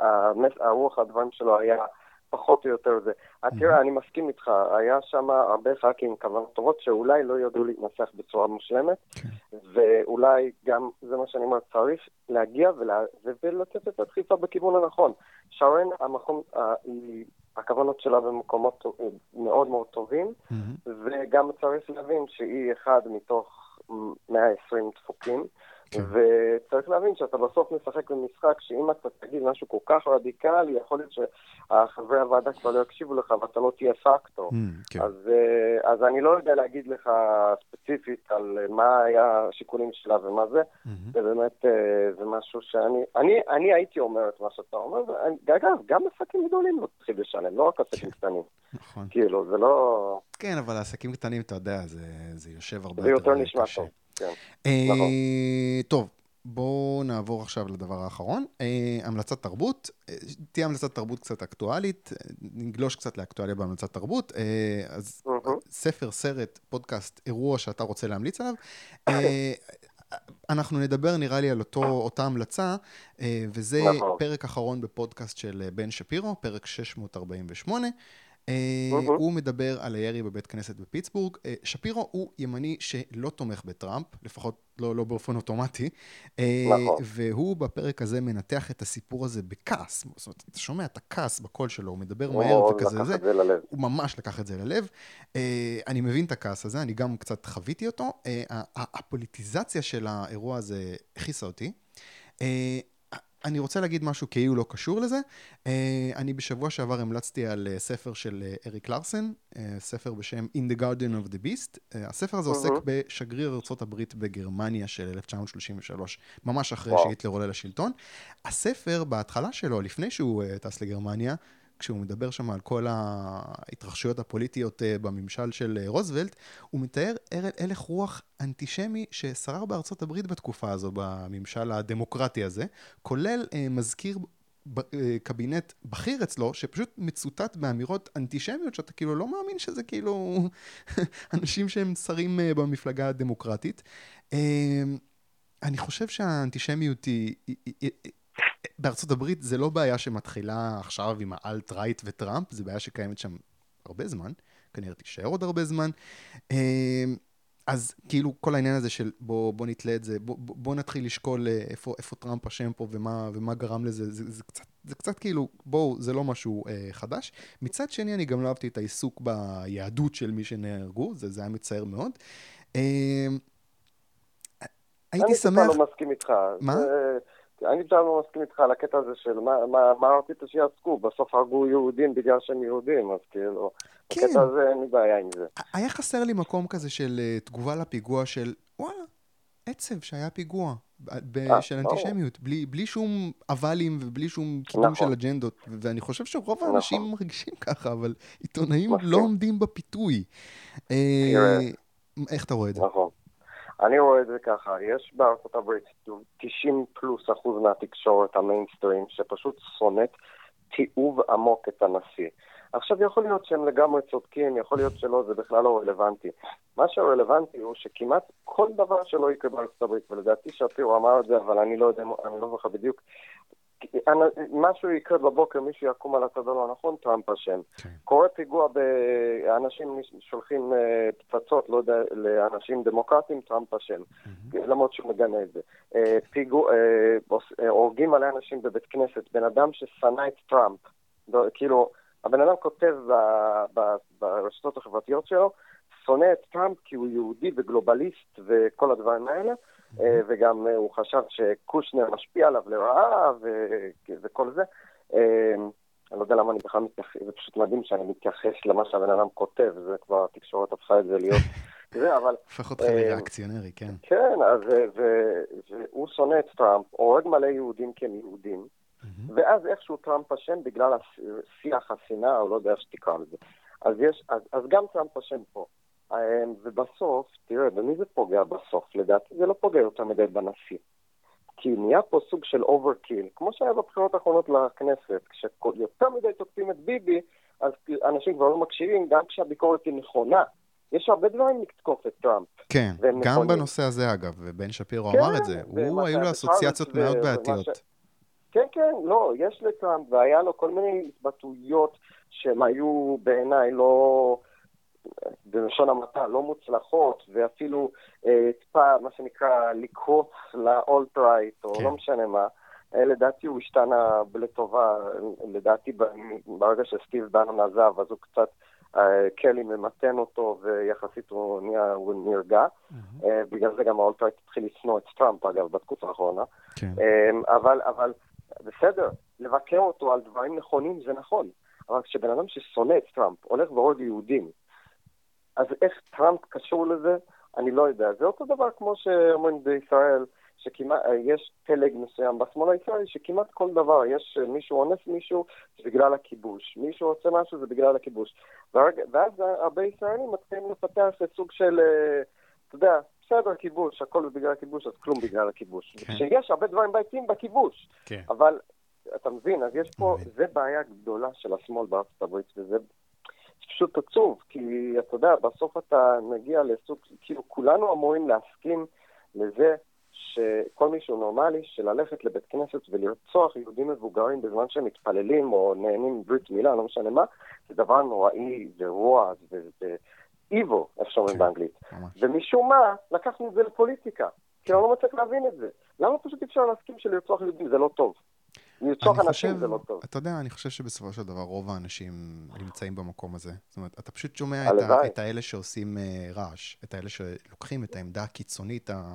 הרוח הדברים שלו היה פחות או יותר זה. תראה, אני מסכים איתך, היה שם הרבה ח"כים עם כוונות טובות שאולי לא ידעו להתנסח בצורה מושלמת, ואולי גם, זה מה שאני אומר, צריך להגיע ולתת את הדחיפה בכיוון הנכון. שרן, המקום, הכוונות שלה במקומות מאוד מאוד טובים, וגם צריך להבין שהיא אחד מתוך מאה ועשרים דפוקים, וצריך להבין שאתה בסוף משחק במשחק שאם אתה תגיד משהו כל כך רדיקלי, יכול להיות שהחברי הוועדה כבר לא יקשיבו לך ואתה לא תהיה פקטור. אז, אז אני לא יודע להגיד לך ספציפית על מה היה השיקולים שלה ומה זה. זה באמת, זה משהו שאני, אני, אני הייתי אומר את מה שאתה אומר, ואגב, גם עסקים גדולים לא צריכים לשלם, לא רק עסקים קטנים. נכון. כאילו, זה לא... כן, אבל העסקים קטנים, אתה יודע, זה, זה יושב הרבה יותר קשה. זה יותר נשמע טוב. כן, נכון. טוב, בואו נעבור עכשיו לדבר האחרון. המלצת תרבות, תהיה המלצת תרבות קצת אקטואלית, נגלוש קצת לאקטואליה בהמלצת תרבות, אז ספר, סרט, פודקאסט, אירוע שאתה רוצה להמליץ עליו, אנחנו נדבר נראה לי על אותו, אותה המלצה, וזה פרק אחרון בפודקאסט של בן שפירו, פרק שש מאות ארבעים ושמונה, Uh-huh. הוא מדבר על הירי בבית כנסת בפיטסבורג. Uh, שפירו הוא ימני שלא תומך בטראמפ, לפחות לא, לא באופן אוטומטי, uh, נכון. והוא בפרק הזה מנתח את הסיפור הזה בכעס. זאת אומרת, אתה שומע את הכעס בקול שלו, הוא מדבר מהר וכזה זה. זה הוא ממש לקח את זה ללב. Uh, אני מבין את הכעס הזה, אני גם קצת חוויתי אותו. Uh, הפוליטיזציה של האירוע הזה הכיסה אותי. Uh, אני רוצה להגיד משהו כאילו לא קשור לזה. אני בשבוע שעבר המלצתי על ספר של אריק לארסן, ספר בשם In the Garden of the Beast. הספר הזה עוסק בשגריר ארצות הברית בגרמניה של אלף תשע מאות שלושים ושלוש, ממש אחרי שהיטלר עולה לשלטון. הספר בהתחלה שלו, לפני שהוא טס לגרמניה, כשהוא מדבר שם על כל ההתרחשויות הפוליטיות בממשל של רוזוולט, הוא מתאר הלך רוח אנטישמי ששרר בארצות הברית בתקופה הזו, בממשל הדמוקרטי הזה, כולל מזכיר קבינט בכיר אצלו, שפשוט מצוטט באמירות אנטישמיות, שאתה כאילו לא מאמין שזה כאילו אנשים שהם שרים במפלגה הדמוקרטית. אני חושב שהאנטישמיות היא, בארצות הברית זה לא בעיה שמתחילה עכשיו עם האלט-רייט וטראמפ, זה בעיה שקיימת שם הרבה זמן, כנראה תישאר עוד הרבה זמן. אז כאילו כל העניין הזה של בוא, בוא נתלה את זה, בוא, בוא נתחיל לשקול איפה, איפה טראמפ אשם פה ומה, ומה גרם לזה, זה, זה, קצת, זה קצת כאילו, בואו, זה לא משהו אה, חדש. מצד שני, אני גם לא אהבתי את העיסוק ביהדות של מי שנהרגו, זה, זה היה מצער מאוד. אה, הייתי שמח... אני בכלל לא מסכים איתך. מה? זה... אני בכלל לא מסכים איתך על הקטע הזה של מה, מה, מה רצית שיעסקו, בסוף הרגו יהודים בגלל שהם יהודים, אז כאילו, כן. הקטע הזה אין לי בעיה עם זה. היה חסר לי מקום כזה של uh, תגובה לפיגוע של, וואלה, עצב שהיה פיגוע ב- של אנטישמיות, בלי, בלי שום אבלים ובלי שום קידום נכון. של אג'נדות, ואני חושב שרוב האנשים נכון. מרגישים ככה, אבל עיתונאים מסכים. לא עומדים בפיתוי. אה, איך אתה רואה את זה? נכון. אני רואה את זה ככה, יש בארצות הברית תשעים פלוס אחוז מהתקשורת המיינסטרים שפשוט שונאת תיעוב עמוק את הנשיא. עכשיו יכול להיות שהם לגמרי צודקים, יכול להיות שלא, זה בכלל לא רלוונטי. מה שרלוונטי הוא שכמעט כל דבר שלא יקרה בארצות הברית, ולדעתי שפירו אמר את זה, אבל אני לא יודע, אני לא זוכר בדיוק, משהו יקרה בבוקר, מישהו יקום על הצד הלא נכון, טראמפ אשם. קורה פיגוע באנשים שולחים פצצות, לא יודע, לאנשים דמוקרטיים, טראמפ אשם. למרות שהוא מגנה את זה. פיגוע, הורגים עלי אנשים בבית כנסת, בן אדם ששנא את טראמפ. כאילו, הבן אדם כותב ברשתות החברתיות שלו, שונא את טראמפ כי הוא יהודי וגלובליסט וכל הדברים האלה, וגם הוא חשב שקושנר משפיע עליו לרעה וכל זה. אני לא יודע למה אני בכלל מתייחס, זה פשוט מדהים שאני מתייחס למה שהבן אדם כותב, זה כבר התקשורת הפכה את זה להיות זה, אבל... הפך אותך לריאקציונרי, כן. כן, אז הוא שונא את טראמפ, הורג מלא יהודים כי הם יהודים, ואז איכשהו טראמפ אשם בגלל שיח השנאה, או לא יודע איך שתקרא לזה. אז גם טראמפ אשם פה. ובסוף, תראה, במי זה פוגע בסוף? לדעתי זה לא פוגע יותר מדי בנשיא. כי נהיה פה סוג של אוברקיל, כמו שהיה בבחירות האחרונות לכנסת, כשיותר מדי תוקפים את ביבי, אז אנשים כבר לא מקשיבים, גם כשהביקורת היא נכונה. יש הרבה דברים לתקוף את טראמפ. כן, גם נכונים. בנושא הזה אגב, ובן שפירו כן, אמר את זה, הוא היו לו אסוציאציות מאוד בעתיות. ש... כן, כן, לא, יש לטראמפ, והיה לו כל מיני התבטאויות שהם היו בעיניי לא... בלשון המעטה, לא מוצלחות, ואפילו אה, טיפה, מה שנקרא, לקרוץ לאולט-רייט, או כן. לא משנה מה. אה, לדעתי הוא השתנה לטובה, לדעתי ברגע שסטיב בנון עזב, אז הוא קצת, אה, קלי ממתן אותו, ויחסית הוא, נהיה, הוא נרגע. Mm-hmm. אה, בגלל זה גם האולט-רייט התחיל לסנוע את טראמפ, אגב, בתקופה האחרונה. כן. אה, אבל, אבל, בסדר, לבקר אותו על דברים נכונים זה נכון. אבל כשבן אדם ששונא את טראמפ, הולך והורג יהודים, אז איך טראמפ קשור לזה? אני לא יודע. זה אותו דבר כמו שאומרים בישראל, שכמעט, יש פלג מסוים בשמאל הישראלי, שכמעט כל דבר, יש מישהו אונס מישהו, זה בגלל הכיבוש. מישהו עושה משהו, זה בגלל הכיבוש. ואז הרבה ישראלים מתחילים לפתח סוג של, אתה יודע, בסדר, כיבוש, הכל זה בגלל הכיבוש, אז כלום בגלל הכיבוש. כן. שיש הרבה דברים בעייתיים בכיבוש. כן. אבל, אתה מבין, אז יש פה, זה בעיה גדולה של השמאל בארצות הברית, וזה... פשוט עצוב, כי אתה יודע, בסוף אתה מגיע לסוג, כאילו כולנו אמורים להסכים לזה שכל מישהו נורמלי של ללכת לבית כנסת ולרצוח יהודים מבוגרים בזמן שהם מתפללים או נהנים ברית מילה, לא משנה מה, זה דבר נוראי ורוע ואיבו, איך שאומרים באנגלית. ומשום מה, לקחנו את זה לפוליטיקה, כי אני לא מצליח להבין את זה. למה פשוט אפשר להסכים שלרצוח יהודים זה לא טוב? לרצוח אנשים זה לא טוב. אתה יודע, אני חושב שבסופו של דבר רוב האנשים נמצאים במקום הזה. זאת אומרת, אתה פשוט שומע את, ה, את האלה שעושים uh, רעש, את האלה שלוקחים את העמדה הקיצונית, ה...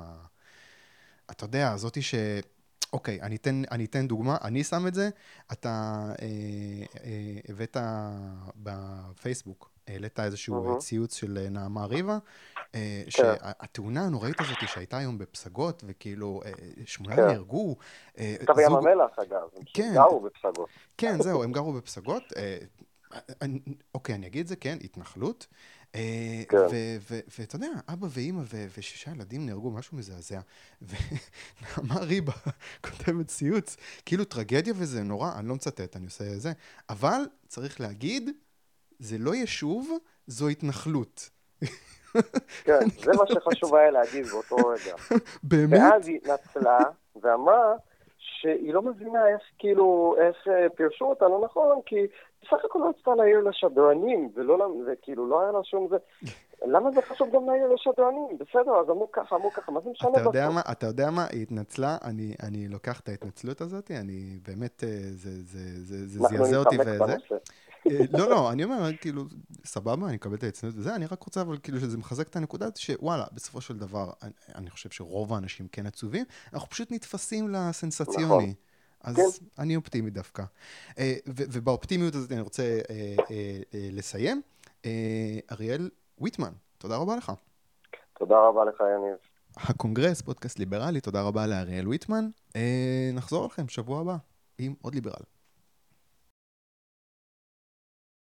אתה יודע, זאתי ש... אוקיי, אני אתן, אני אתן דוגמה, אני שם את זה, אתה אה, אה, הבאת בפייסבוק העלית איזשהו ציוץ של נעמה ריבה, שהתאונה הנוראית הזאת שהייתה היום בפסגות, וכאילו שמונה נהרגו. טוב, ים המלח אגב, הם גרו בפסגות. כן, זהו, הם גרו בפסגות. אוקיי, אני אגיד את זה, כן, התנחלות. ואתה יודע, אבא ואמא ושישה ילדים נהרגו, משהו מזעזע. ונעמה ריבה כותבת ציוץ, כאילו טרגדיה וזה נורא, אני לא מצטט, אני עושה זה. אבל צריך להגיד, זה לא יישוב, זו התנחלות. כן, זה מה שחשוב היה להגיד באותו רגע. באמת? ואז היא התנצלה ואמרה שהיא לא מבינה איך כאילו, איך פירשו אותה, לא נכון, כי בסך הכל לא רצתה להעיר לשדרנים, וכאילו לא היה לה שום זה. למה זה חשוב גם להעיר לשדרנים? בסדר, אז אמרו ככה, אמרו ככה, מה זה משנה בסוף? אתה יודע מה, היא התנצלה, אני לוקח את ההתנצלות הזאת, אני באמת, זה זעזע אותי וזה. לא, לא, אני אומר, כאילו, סבבה, אני אקבל את ההתנצלות וזה, אני רק רוצה, אבל כאילו שזה מחזק את הנקודה, שוואלה, בסופו של דבר, אני חושב שרוב האנשים כן עצובים, אנחנו פשוט נתפסים לסנסציוני. אז אני אופטימי דווקא. ובאופטימיות הזאת אני רוצה לסיים. אריאל ויטמן, תודה רבה לך. תודה רבה לך, יניב. הקונגרס, פודקאסט ליברלי, תודה רבה לאריאל ויטמן. נחזור לכם שבוע הבא עם עוד ליברל.